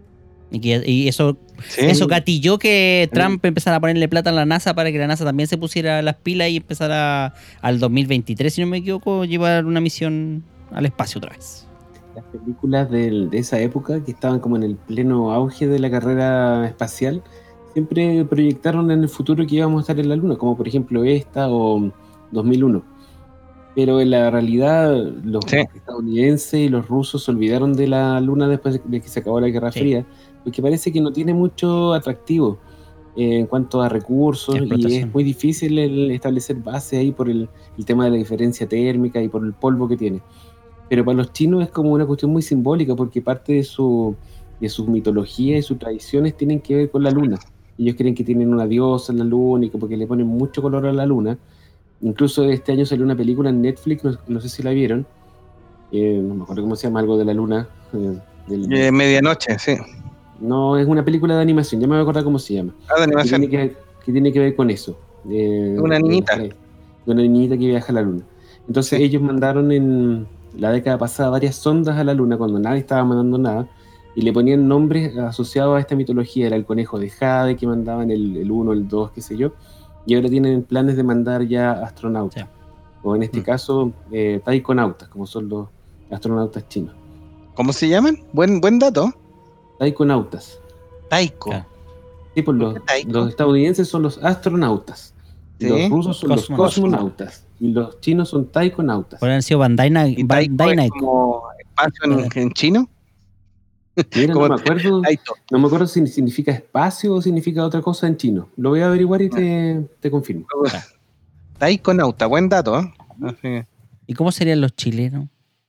A: Y, que, y eso,
D: Sí.
A: eso gatilló que Trump empezara a ponerle plata a la NASA para que la NASA también se pusiera las pilas y empezara al dos mil veintitrés, si no me equivoco, llevar una misión al espacio otra vez.
C: Las películas del- de esa época, que estaban como en el pleno auge de la carrera espacial, siempre proyectaron en el futuro que íbamos a estar en la Luna, como por ejemplo esta o dos mil uno. Pero en la realidad, los
D: Sí.
C: estadounidenses y los rusos se olvidaron de la Luna después de que se acabó la Guerra
A: Sí.
C: Fría, porque parece que no tiene mucho atractivo eh, en cuanto a recursos, y
A: Explotación.
C: es muy difícil el establecer bases ahí por el, el tema de la diferencia térmica y por el polvo que tiene. Pero para los chinos es como una cuestión muy simbólica, porque parte de su, de su mitología y sus tradiciones tienen que ver con la Luna. Ellos creen que tienen una diosa en la Luna y que porque le ponen mucho color a la Luna. Incluso este año salió una película en Netflix, no, no sé si la vieron, eh, no me acuerdo cómo se llama, algo de la Luna. eh, del-
D: Eh, medianoche, sí.
C: no, es una película de animación, ya me voy a acordar cómo se llama.
D: Ah, de
C: Que
D: animación.
C: tiene que, que tiene que ver con eso. eh,
D: Una
C: de
D: niñita.
C: la- de una niñita que viaja a la Luna. Entonces
D: Sí.
C: ellos mandaron en la década pasada varias sondas a la Luna cuando nadie estaba mandando nada, y le ponían nombres asociados a esta mitología. Era el conejo de Jade que mandaban, el, el uno, el dos, qué sé yo. Y ahora tienen planes de mandar ya astronautas.
A: Sí.
C: O en este
A: Mm.
C: caso, eh, taikonautas, como son los astronautas chinos.
D: ¿Cómo se llaman? Buen, buen dato.
C: Taikonautas.
D: Taiko.
A: Claro.
C: Sí, pues
D: ¿Por
C: los,
D: qué taiko?
C: los estadounidenses son los astronautas.
D: Sí.
C: Los rusos son
A: Cosmonautas.
C: los cosmonautas. Y los chinos son taikonautas.
A: Podrían haber sido Bandai, Na-
D: Y
A: Bandai
D: taiko es
A: Namco.
D: como espacio en, en chino.
C: Mira, no
D: como
C: me acuerdo,
D: Taito.
C: no me acuerdo si significa espacio o significa otra cosa en chino. Lo voy a averiguar y te, te confirmo.
D: Taikonauta, buen dato, ¿eh? Así.
A: ¿Y cómo serían los chilenos?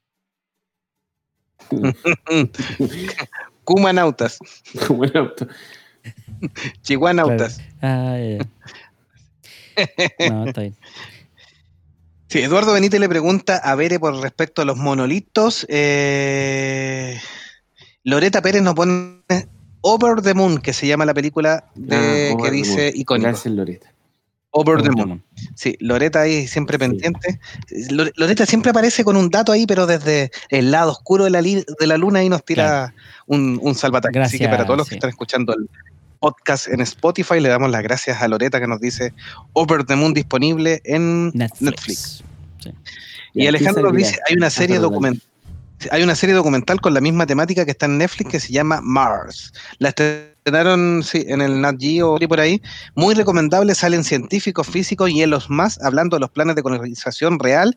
D: Kumanautas,
C: Como el auto.
D: chihuanautas.
A: Ah, ya. No, está bien.
D: Sí, Eduardo Benítez le pregunta a Bere por respecto a los monolitos. Eh, Loreta Pérez nos pone Over the Moon, que se llama la película de,
C: Ah,
D: que
C: Over the
D: dice
C: Moon.
D: icónico.
C: Gracias, Loreta.
D: Over,
A: Over
D: the
A: the
D: Moon.
A: Moon.
D: Sí, Loreta ahí siempre
C: Sí.
D: pendiente. Lore- Loreta siempre aparece con un dato ahí, pero desde el lado oscuro de la, li- de la luna, y nos tira un, un salvataje. Así que
A: Gracias,
D: para todos los que
A: sí.
D: están escuchando el podcast en Spotify, le damos las gracias a Loreta que nos dice Over the Moon disponible en
A: Netflix.
D: Netflix.
A: Sí.
D: Y
C: Ya,
D: Alejandro nos
C: ¿quién
D: dice,
C: saldría?
D: hay una
C: Ah,
D: serie
C: perdón,
D: documental. Hay una serie documental con la misma temática que está en Netflix que se llama Mars. La estrenaron sí, en el Nat Geo y por ahí. Muy recomendable, salen científicos, físicos y en los más hablando de los planes de colonización real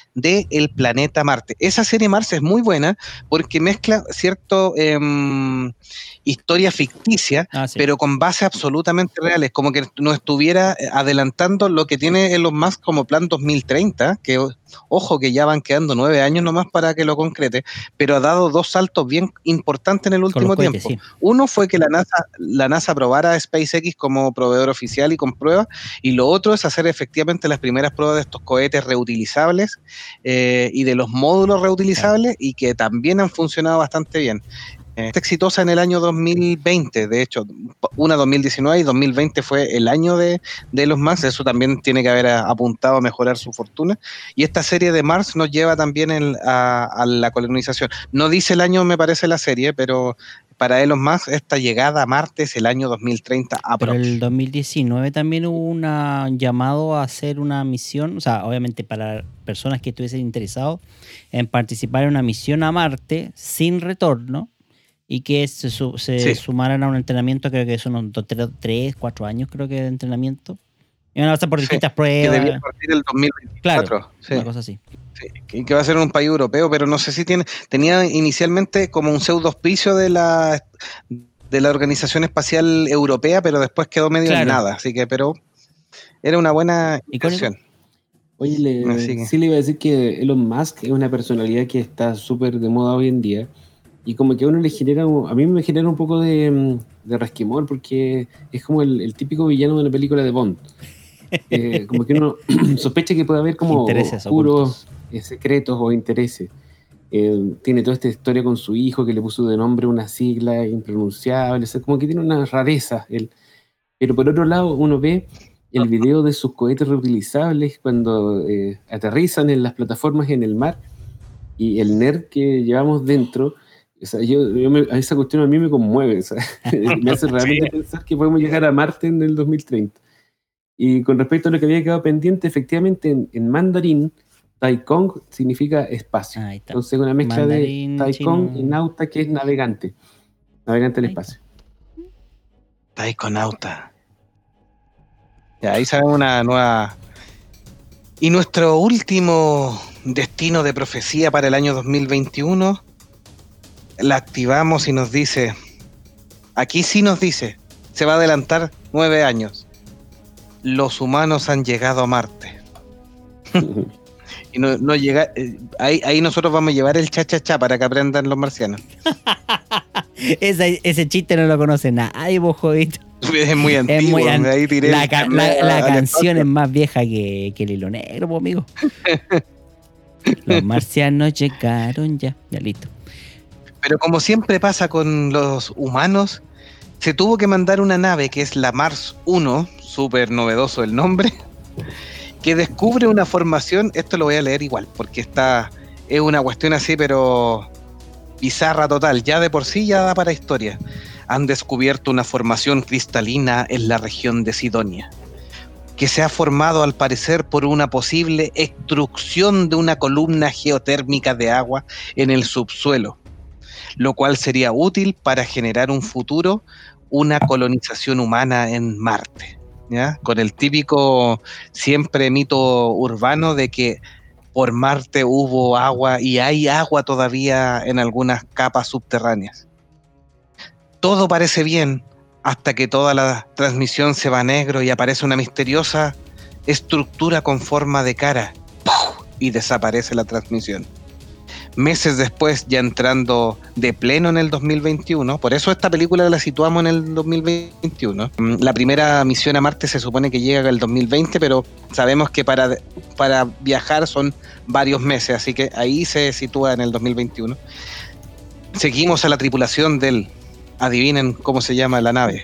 D: del planeta Marte. Esa serie Mars es muy buena porque mezcla cierto em, historia ficticia,
A: Ah, sí.
D: pero con bases absolutamente reales, como que nos estuviera adelantando lo que tiene Elon Musk como plan dos mil treinta, que ojo que ya van quedando nueve años nomás para que lo concrete, pero ha dado dos saltos bien importantes en el
A: Con
D: último
A: los cohetes,
D: tiempo.
A: sí.
D: Uno fue que la NASA, la NASA aprobara a SpaceX como proveedor oficial y con pruebas, y lo otro es hacer efectivamente las primeras pruebas de estos cohetes reutilizables eh, y de los módulos reutilizables, y que también han funcionado bastante bien. Eh, Fue exitosa en el año dos mil veinte, de hecho, una dos mil diecinueve y dos mil veinte fue el año de, de los Mars, eso también tiene que haber a- apuntado a mejorar su fortuna, y esta serie de Mars nos lleva también el- a, a la colonización. No dice el año, me parece, la serie, pero para Elon Musk esta llegada a Marte es el año dos mil treinta
A: Pero
D: aprox.
A: el dos mil diecinueve también hubo una- un llamado a hacer una misión, o sea, obviamente para personas que estuviesen interesados en participar en una misión a Marte sin retorno y que se, su- se
D: Sí.
A: sumaran a un entrenamiento, creo que son unos dos, tres, tres, cuatro años creo que de entrenamiento. Y van a pasar por
D: Sí,
A: distintas
D: que
A: pruebas,
D: debía partir el dos mil veinticuatro.
A: claro,
D: sí.
A: una cosa así.
D: Sí, que que va a ser en un país europeo, pero no sé si tiene, tenía inicialmente como un pseudo auspicio de la de la Organización Espacial Europea, pero después quedó medio en
A: Claro.
D: nada, así que, pero era una buena
A: ¿Icónico?
D: inversión.
C: Oye, le-
D: Así que-
C: sí le iba a decir que Elon Musk es una personalidad que está súper de moda hoy en día, y como que a uno le genera, un- a mí me genera un poco de, mm, de resquemor, porque es como el, el típico villano de una película de Bond. Eh, como que uno sospecha que puede haber como
A: Intereses
C: oscuros eh, secretos o intereses. Eh, tiene toda esta historia con su hijo que le puso de nombre una sigla impronunciable, o sea, como que tiene una rareza él. Pero por otro lado uno ve el video de sus cohetes reutilizables cuando eh, aterrizan en las plataformas en el mar, y el nerd que llevamos dentro O sea, yo, yo me, a esa cuestión a mí me conmueve, o sea, me hace realmente sí. pensar que podemos llegar a Marte en el dos mil treinta. Y con respecto a lo que había quedado pendiente, efectivamente en, en mandarín, Taikong significa espacio.
A: Ahí está.
C: Entonces una mezcla
A: Mandarín,
C: de Taikong
A: chino.
C: y nauta, que es navegante. Navegante del espacio.
D: Taikonauta. Ya, ahí sabemos una nueva... Y nuestro último destino de profecía para el año dos mil veintiuno, la activamos y nos dice, aquí sí nos dice, se va a adelantar nueve años. Los humanos han llegado a Marte. Y no, no llega, eh, ahí, ahí nosotros vamos a llevar el cha-cha-cha para que aprendan los marcianos.
A: ese, ese chiste no lo conoce nadie, vos jodito.
D: Es muy antiguo.
A: Es muy an...
D: ahí tiré
A: la, ca la, la canción
D: espacio.
A: es más vieja que, que el hilo negro, pues, amigo. Los marcianos llegaron ya. Ya listo.
D: Pero como siempre pasa con los humanos, se tuvo que mandar una nave que es la Mars uno, súper novedoso el nombre, que descubre una formación, esto lo voy a leer igual, porque está, es una cuestión así, pero bizarra total, ya de por sí ya da para historia. Han descubierto una formación cristalina en la región de Sidonia, que se ha formado al parecer por una posible extrusión de una columna geotérmica de agua en el subsuelo, lo cual sería útil para generar un futuro, una colonización humana en Marte, ¿ya? Con el típico siempre mito urbano de que por Marte hubo agua y hay agua todavía en algunas capas subterráneas. Todo parece bien hasta que toda la transmisión se va a negro y aparece una misteriosa estructura con forma de cara y desaparece la transmisión. Meses después, ya entrando de pleno en el dos mil veintiuno, por eso esta película la situamos en el dos mil veintiuno. La primera misión a Marte se supone que llega el dos mil veinte, pero sabemos que para, para viajar son varios meses, así que ahí se sitúa en el dos mil veintiuno. Seguimos a la tripulación del, adivinen cómo se llama la nave,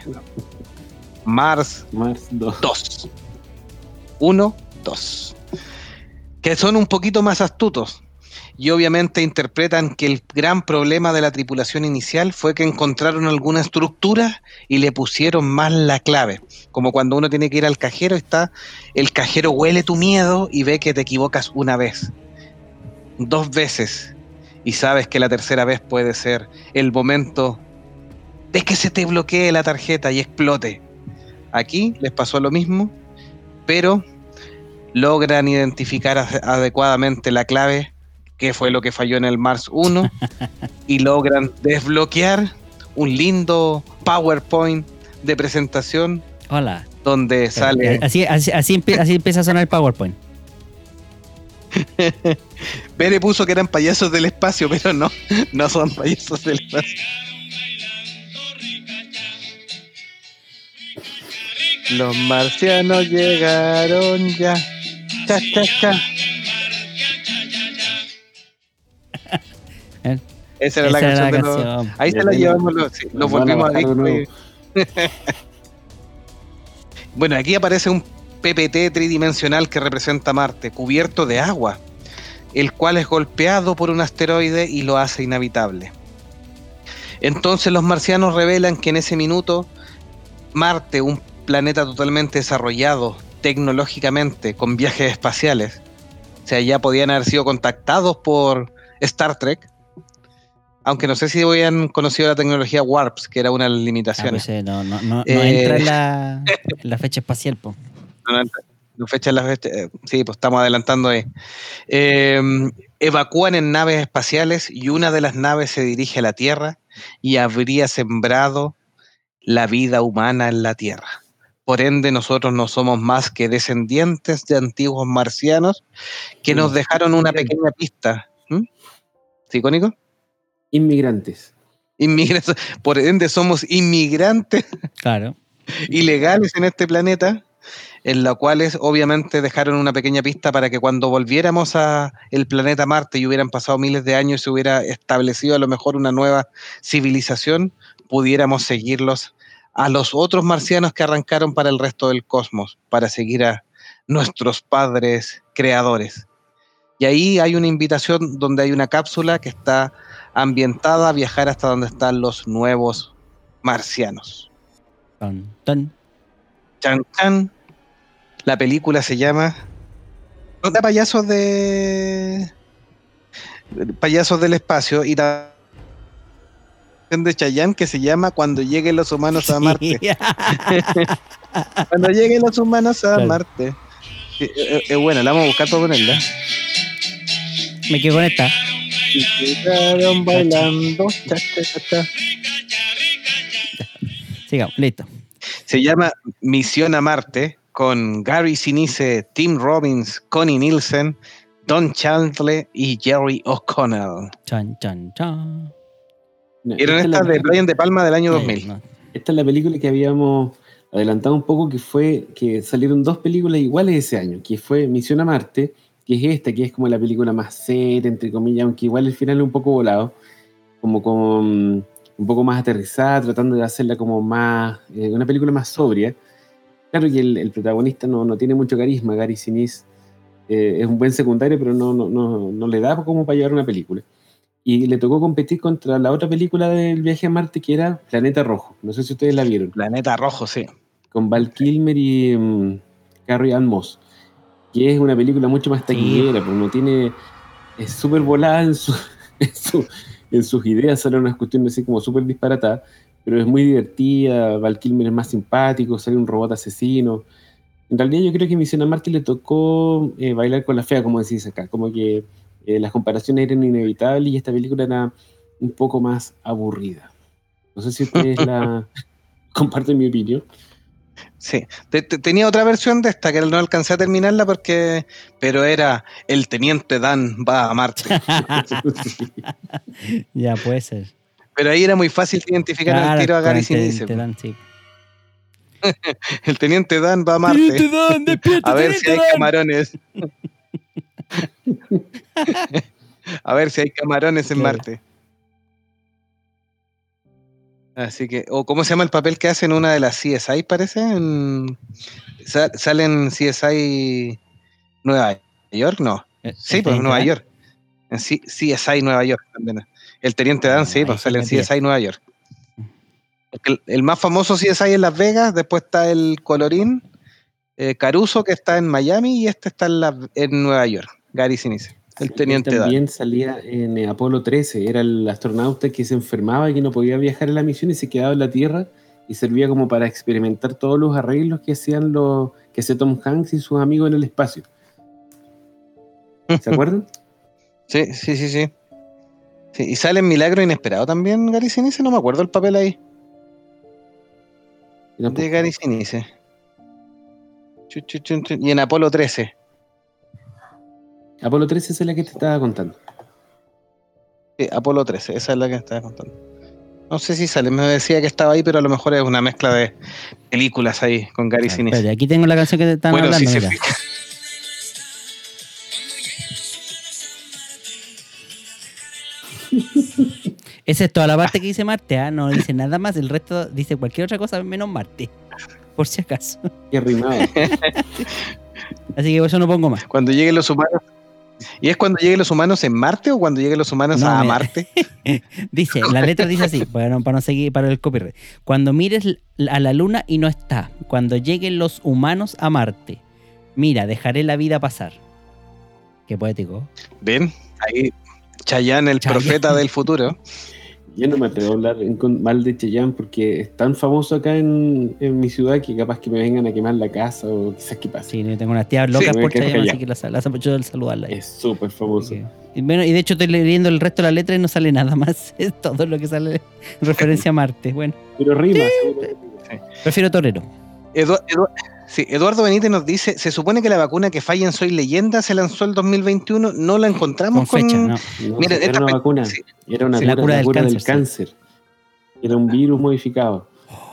D: Mars,
C: Mars dos.
D: uno, dos, que son un poquito más astutos. Y obviamente interpretan que el gran problema de la tripulación inicial fue que encontraron alguna estructura y le pusieron mal la clave. Como cuando uno tiene que ir al cajero, está el cajero huele tu miedo y ve que te equivocas una vez, dos veces, y sabes que la tercera vez puede ser el momento de que se te bloquee la tarjeta y explote. Aquí les pasó lo mismo, pero logran identificar adecuadamente la clave, que fue lo que falló en el Mars uno, y logran desbloquear un lindo PowerPoint de presentación.
A: Hola.
D: Donde sale...
A: Así, así, así, empie así empieza a sonar el PowerPoint.
D: Bere puso que eran payasos del espacio, pero no, no son payasos del espacio. Los marcianos llegaron ya. Cha, cha, cha. Esa era la
A: Esa
D: canción,
A: era la
D: de
A: canción.
D: Los... Ahí se la llevamos, los, sí, los volvimos a ver. Bueno, aquí aparece un P P T tridimensional que representa Marte, cubierto de agua, el cual es golpeado por un asteroide y lo hace inhabitable. Entonces los marcianos revelan que en ese minuto Marte, un planeta totalmente desarrollado tecnológicamente, con viajes espaciales, o sea, ya podían haber sido contactados por Star Trek, aunque no sé si habían conocido la tecnología Warps, que era una de las limitaciones.
A: Ah, pues, no, no, no,
D: eh,
A: no entra en la, en la fecha espacial, po.
D: No, no, no fecha en la fecha, eh, sí, pues estamos adelantando ahí. Eh, evacúan en naves espaciales y una de las naves se dirige a la Tierra y habría sembrado la vida humana en la Tierra. Por ende, nosotros no somos más que descendientes de antiguos marcianos que nos dejaron una pequeña pista. ¿Mm? ¿Sí, Cónico?
C: Inmigrantes.
D: Inmigrantes. Por ende, somos inmigrantes,
A: claro,
D: ilegales en este planeta, en la cual obviamente dejaron una pequeña pista para que cuando volviéramos a el planeta Marte y hubieran pasado miles de años y se hubiera establecido a lo mejor una nueva civilización, pudiéramos seguirlos a los otros marcianos que arrancaron para el resto del cosmos, para seguir a nuestros padres creadores. Y ahí hay una invitación donde hay una cápsula que está ambientada a viajar hasta donde están los nuevos marcianos.
A: Tan, tan.
D: Chan, chan. La película se llama Nota Payasos de Payasos del Espacio y también de Chayanne que se llama Cuando lleguen los humanos a Marte. Cuando lleguen los humanos a
A: Claro.
D: Marte. Sí, es, es buena, la vamos a buscar para ponerla.
A: Me quedo con esta.
D: Y quedaron bailando. Cha, cha, cha, cha.
A: Sigamos, listo.
D: Se llama Misión a Marte con Gary Sinise, Tim Robbins, Connie Nielsen, Don Chandler y Jerry O'Connell.
A: Chan, chan, chan.
C: No,
D: Eran
C: esta es la
D: estas de
C: película-
D: Brian De Palma del año
A: Eh,
D: dos mil.
A: no.
C: Esta es la película que habíamos adelantado un poco, que fue que salieron dos películas iguales ese año, que fue Misión a Marte, que es esta, que es como la película más seria, entre comillas, aunque igual el final es un poco volado, como con un poco más aterrizada, tratando de hacerla como más, eh, una película más sobria. Claro que el, el protagonista no, no tiene mucho carisma, Gary Sinise eh, es un buen secundario, pero no, no, no, no le da como para llevar una película. Y le tocó competir contra la otra película del viaje a Marte, que era Planeta Rojo. No sé si ustedes la vieron.
D: Planeta Rojo, sí.
C: Con Val Kilmer y um, Carrie Ann Moss, que es una película mucho más taquillera, pues no tiene, es súper volada en, su, en, su, en sus ideas, sale unas cuestiones así como súper disparatadas, pero es muy divertida. Val Kilmer es más simpático, sale un robot asesino. En realidad yo creo que a Misión a Marte le tocó eh, bailar con la fea, como decís acá, como que eh, las comparaciones eran inevitables y esta película era un poco más aburrida. No sé si ustedes la comparten mi opinión.
D: Sí. Te- te- tenía otra versión de esta que no alcancé a terminarla porque, pero era El Teniente Dan va a Marte.
A: Ya puede ser.
D: Pero ahí era muy fácil identificar al
A: Claro,
D: tiro a
A: con
D: Gary
A: el te-
D: Sinise.
A: te dan, sí.
D: El Teniente Dan va a Marte.
A: Teniente Dan, despierta,
D: A ver si hay
A: Teniente Dan.
D: camarones. A ver si hay camarones en
A: Claro.
D: Marte. Así que, o cómo se llama el papel que hace en una de las C S I, parece. En, sa- sale en C S I Nueva York, no.
A: ¿El-
D: Sí,
A: el
D: pues
A: Teniente
D: Nueva
A: Dan?
D: York. En C- CSI Nueva York también. El Teniente Dan,
A: Ah,
D: sí,
A: ahí
D: pues
A: sí
D: sale en
A: me
D: C S I Nueva York. Porque El, el más famoso C S I es Las Vegas, después está el Colorín, eh, Caruso, que está en Miami, y este está en, la- en Nueva York, Gary Sinise, el
C: Sí,
D: Teniente
C: él
D: Dan.
C: también salía en eh, Apolo trece, era el astronauta que se enfermaba y que no podía viajar a la misión y se quedaba en la Tierra y servía como para experimentar todos los arreglos que hacían los que hacía Tom Hanks y sus amigos en el espacio. ¿Se acuerdan?
D: Sí, sí, sí, sí. Sí, y sale en Milagro Inesperado también Gary Sinise, no me acuerdo el papel ahí,
C: Era
D: de
C: poco.
D: Gary Sinise. Chu, chu, chu, chu. Y en Apolo trece.
C: Apolo trece es la que te estaba contando.
D: Sí, Apolo trece, esa es la que estaba contando. No sé si sale, me decía que estaba ahí, pero a lo mejor es una mezcla de películas ahí con Gary
A: Claro,
D: Sinise.
A: espérate, aquí tengo la canción que te están
D: Bueno,
A: hablando,
D: si se
A: mira.
D: fija-
A: Esa es toda la parte que dice Marte, ¿ah? No dice nada más, el resto dice cualquier otra cosa menos Marte. Por si acaso.
C: Qué rimado.
A: Así que por eso no pongo más.
D: Cuando lleguen los humanos. ¿Y es cuando lleguen los humanos en Marte o cuando lleguen los humanos
A: No,
D: a
A: mira.
D: Marte?
A: Dice, la letra dice así, para no, para no seguir para el copyright. Cuando mires l- a la luna y no está, cuando lleguen los humanos a Marte, mira, dejaré la vida pasar. Qué poético.
D: ¿Ven? Ahí Chayanne, el
A: Chayanne.
D: profeta del futuro.
C: Yo no me atrevo a hablar en con- mal de Chayanne porque es tan famoso acá en, en mi ciudad que capaz que me vengan a quemar la casa o quizás que pase.
A: Sí, yo tengo unas tías locas
C: me
A: por
C: quedo
A: Chayanne,
C: callado.
A: así que las, las aprovecho de saludarla. ahí.
C: Es súper famoso.
A: Así que- y, bueno, y de hecho estoy leyendo el resto de la letra y no sale nada más. Es todo lo que sale en referencia a Marte. Bueno,
C: Pero rima, seguro.
A: prefiero Torero.
D: Edu- Edu- sí, Eduardo Benítez nos dice, se supone que la vacuna que falla en Soy Leyenda se lanzó el dos mil veintiuno, no la encontramos
A: Con
D: con...
A: fecha, ¿no?
C: No,
D: Mira,
C: era
D: esta
C: una
D: pe-
C: vacuna.
D: sí.
C: Era una
A: Sí,
C: cura,
A: la cura
C: la
A: del
C: cura del
A: cáncer,
C: cáncer. Era un virus modificado.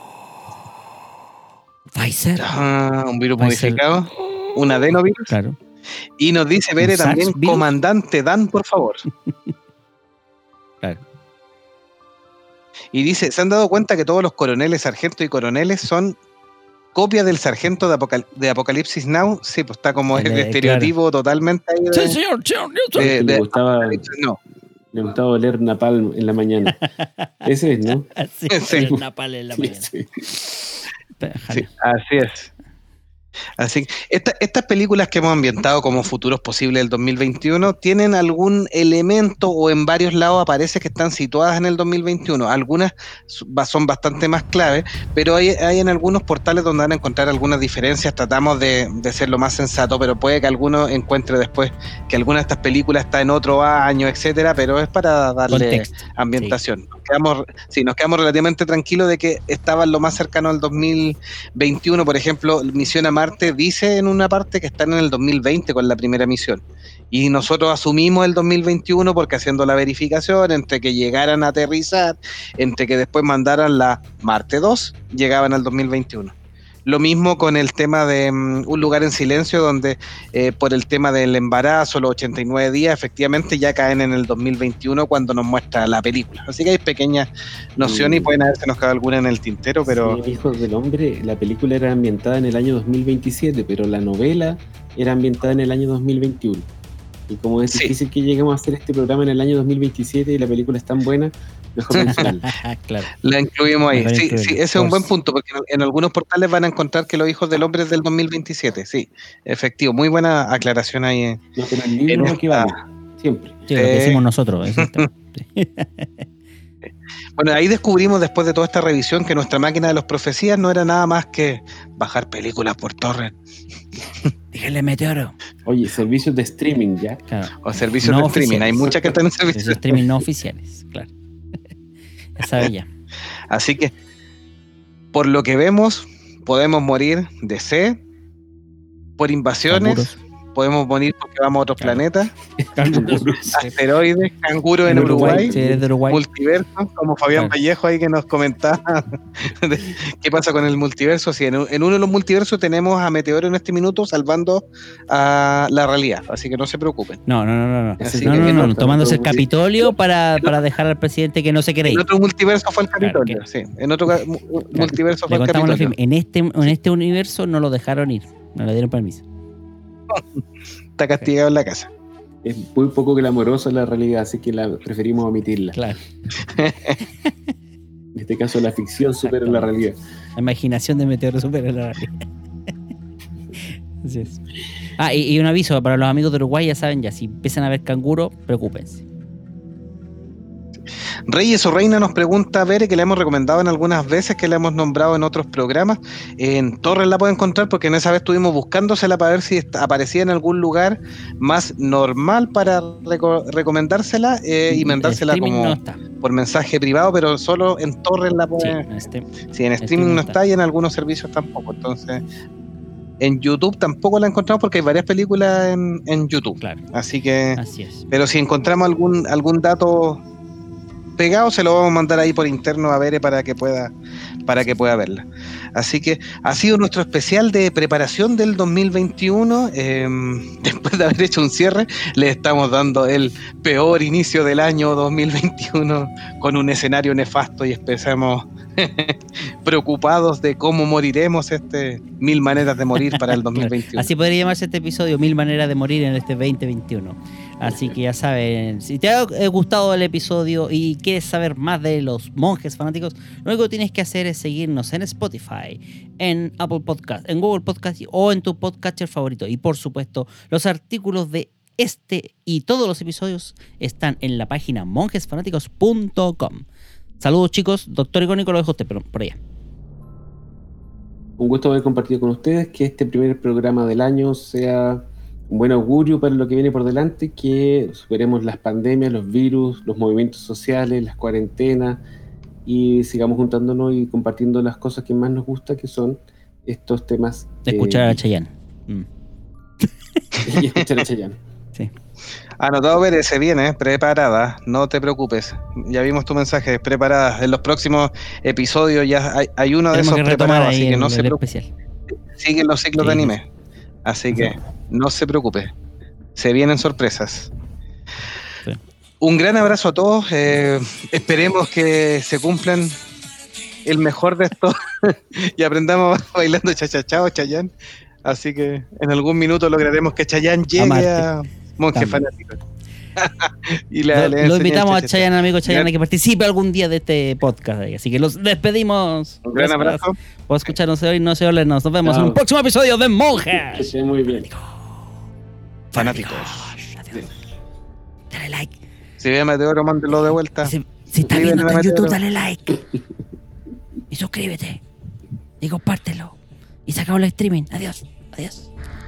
A: Pfizer.
D: Ah, un virus
A: Puede ser.
D: modificado, un adenovirus.
A: Claro.
D: Y nos dice Bere
A: ¿Un
D: también,
A: SARS-virus?
D: comandante Dan, por favor.
A: Claro.
D: Y dice, ¿se han dado cuenta que todos los coroneles, sargentos y coroneles son copia del sargento de, Apocal de Apocalipsis Now. Sí, pues está como el, el
A: eh,
D: estereotipo claro. totalmente ahí de,
A: sí, señor, señor,
C: señor. De, de, le gustaba, no. Le gustaba oler napalm en la mañana. Ese es, ¿no?
A: Sí, sí. Napalm en la mañana. Sí, sí.
D: Sí, así es. Así que esta, estas películas que hemos ambientado como futuros posibles del dos mil veintiuno tienen algún elemento o en varios lados aparece que están situadas en el dos mil veintiuno. Algunas son bastante más claves, pero hay, hay en algunos portales donde van a encontrar algunas diferencias. Tratamos de, de ser lo más sensato, pero puede que alguno encuentre después que alguna de estas películas está en otro año, etcétera, pero es para darle contexto, ambientación. Sí. Nos quedamos, sí, nos quedamos relativamente tranquilos de que estaban lo más cercano al dos mil veintiuno. Por ejemplo, Misión a Marte dice en una parte que están en el dos mil veinte con la primera misión y nosotros asumimos el dos mil veintiuno porque haciendo la verificación entre que llegaran a aterrizar, entre que después mandaran la Marte dos, llegaban al dos mil veintiuno. Lo mismo con el tema de um, Un lugar en silencio, donde eh, por el tema del embarazo, los ochenta y nueve días, efectivamente ya caen en el dos mil veintiuno cuando nos muestra la película. Así que hay pequeñas nociones mm. y pueden haberse nos quedado alguna en el tintero, pero...
C: Sí, Hijos del Hombre, la película era ambientada en el año dos mil veintisiete, pero la novela era ambientada en el año dos mil veintiuno. Y como es sí. difícil que lleguemos a hacer este programa en el año dos mil veintisiete y la película es tan buena, mejor mencionarla.
D: Claro. La incluimos ahí. Sí, incluir. sí, ese es un buen punto, porque en, en algunos portales van a encontrar que Los Hijos del Hombre es del dos mil veintisiete. Sí, efectivo. Muy buena aclaración ahí.
C: No, pero el libro es que vale, siempre.
A: Sí, lo que decimos nosotros. Eso
D: Bueno, ahí descubrimos después de toda esta revisión que nuestra máquina de los profecías no era nada más que bajar películas por torrent.
A: Dígale Meteoro.
C: Oye, servicios de streaming ya.
A: Claro.
D: O servicios no de streaming. Oficiales. Hay muchas que están en servicios
A: de streaming no oficiales, claro. Esa bella.
D: Así que, por lo que vemos, podemos morir de sed, por invasiones. Canguros. Podemos morir porque vamos a otros claro. planetas, canguros, asteroides, canguros en, en Uruguay,
A: Uruguay, sí, de Uruguay,
D: multiverso, como Fabián claro. Vallejo ahí que nos comentaba qué pasa con el multiverso. Sí, en, en uno de los multiversos tenemos a Meteoro en este minuto salvando a la realidad, así que no se preocupen.
A: No, no, no, no, no, no, no, no, no tomándose el Capitolio para, para dejar al presidente que no se quiere ir.
D: En otro multiverso fue el Capitolio, claro, que, sí, en otro claro. multiverso fue el Capitolio.
A: En este, en este universo no lo dejaron ir, no le dieron permiso.
D: Está castigado en la casa.
C: Es muy poco glamorosa la realidad, así que la preferimos omitirla.
A: Claro.
C: En este caso la ficción supera la realidad.
A: La imaginación de Meteoro supera la realidad. Así es. Ah, y, y un aviso para los amigos de Uruguay, ya saben, ya si empiezan a ver canguro, preocúpense.
D: Reyes o Reina nos pregunta, Bere, que le hemos recomendado en algunas veces, que le hemos nombrado en otros programas. En Torres la puede encontrar porque en esa vez estuvimos buscándosela para ver si aparecía en algún lugar más normal para reco- recomendársela eh, y mandársela como no por mensaje privado, pero solo en Torres la puede. Sí, en, este, sí, en streaming no, no está. está y en algunos servicios tampoco. Entonces, en YouTube tampoco la encontramos porque hay varias películas en, en YouTube.
A: Claro.
D: Así que,
A: así es.
D: Pero si encontramos algún algún dato pegado, se lo vamos a mandar ahí por interno a Bere para que pueda para que pueda verla. Así que ha sido nuestro especial de preparación del dos mil veintiuno. Eh, después de haber hecho un cierre, le estamos dando el peor inicio del año dos mil veintiuno con un escenario nefasto y empezamos preocupados de cómo moriremos, este Mil Maneras de Morir para el dos mil veintiuno.
A: Así podría llamarse este episodio, Mil Maneras de Morir en este veinte veintiuno. Así que ya saben, si te ha gustado el episodio y quieres saber más de los monjes fanáticos, lo único que tienes que hacer es seguirnos en Spotify, en Apple Podcast, en Google Podcast o en tu podcatcher favorito. Y por supuesto, los artículos de este y todos los episodios están en la página monjes fanáticos punto com. Saludos, chicos. Doctor Icónico, lo dejo a usted por, por allá.
C: Un gusto haber compartido con ustedes, que este primer programa del año sea un buen augurio para lo que viene por delante, que superemos las pandemias, los virus, los movimientos sociales, las cuarentenas, y sigamos juntándonos y compartiendo las cosas que más nos gusta, que son estos temas.
A: De escuchar eh, a Chayanne. Mm.
C: Y escuchar a Chayanne.
A: Sí.
D: Anotado, Bere, se viene, preparada, no te preocupes. Ya vimos tu mensaje, preparada. En los próximos episodios ya hay, hay uno de esos preparados, así que no se preocupe. Siguen los ciclos sí. de anime. Así que no se preocupe, se vienen sorpresas. Sí. Un gran abrazo a todos, eh, esperemos que se cumplan el mejor de esto y aprendamos bailando cha-cha-cha o Chayanne. Así que en algún minuto lograremos que Chayanne llegue a, a Monje Fanático. y
A: le, lo, lo invitamos a Chayanne, amigo Chayanne, a que participe algún día de este podcast. Así que los despedimos.
D: Un gran abrazo.
A: Por escucharnos hoy, no se olviden. Nos vemos Chao. en un próximo episodio de Monjes.
C: Que esté muy bien.
D: Fanáticos.
A: Adiós. Dale like.
D: Si ve a Meteoro, mándelo de vuelta.
A: Si, si está viendo en YouTube, dale like. Y suscríbete. Y compártelo. Y se acabó el streaming. Adiós. Adiós.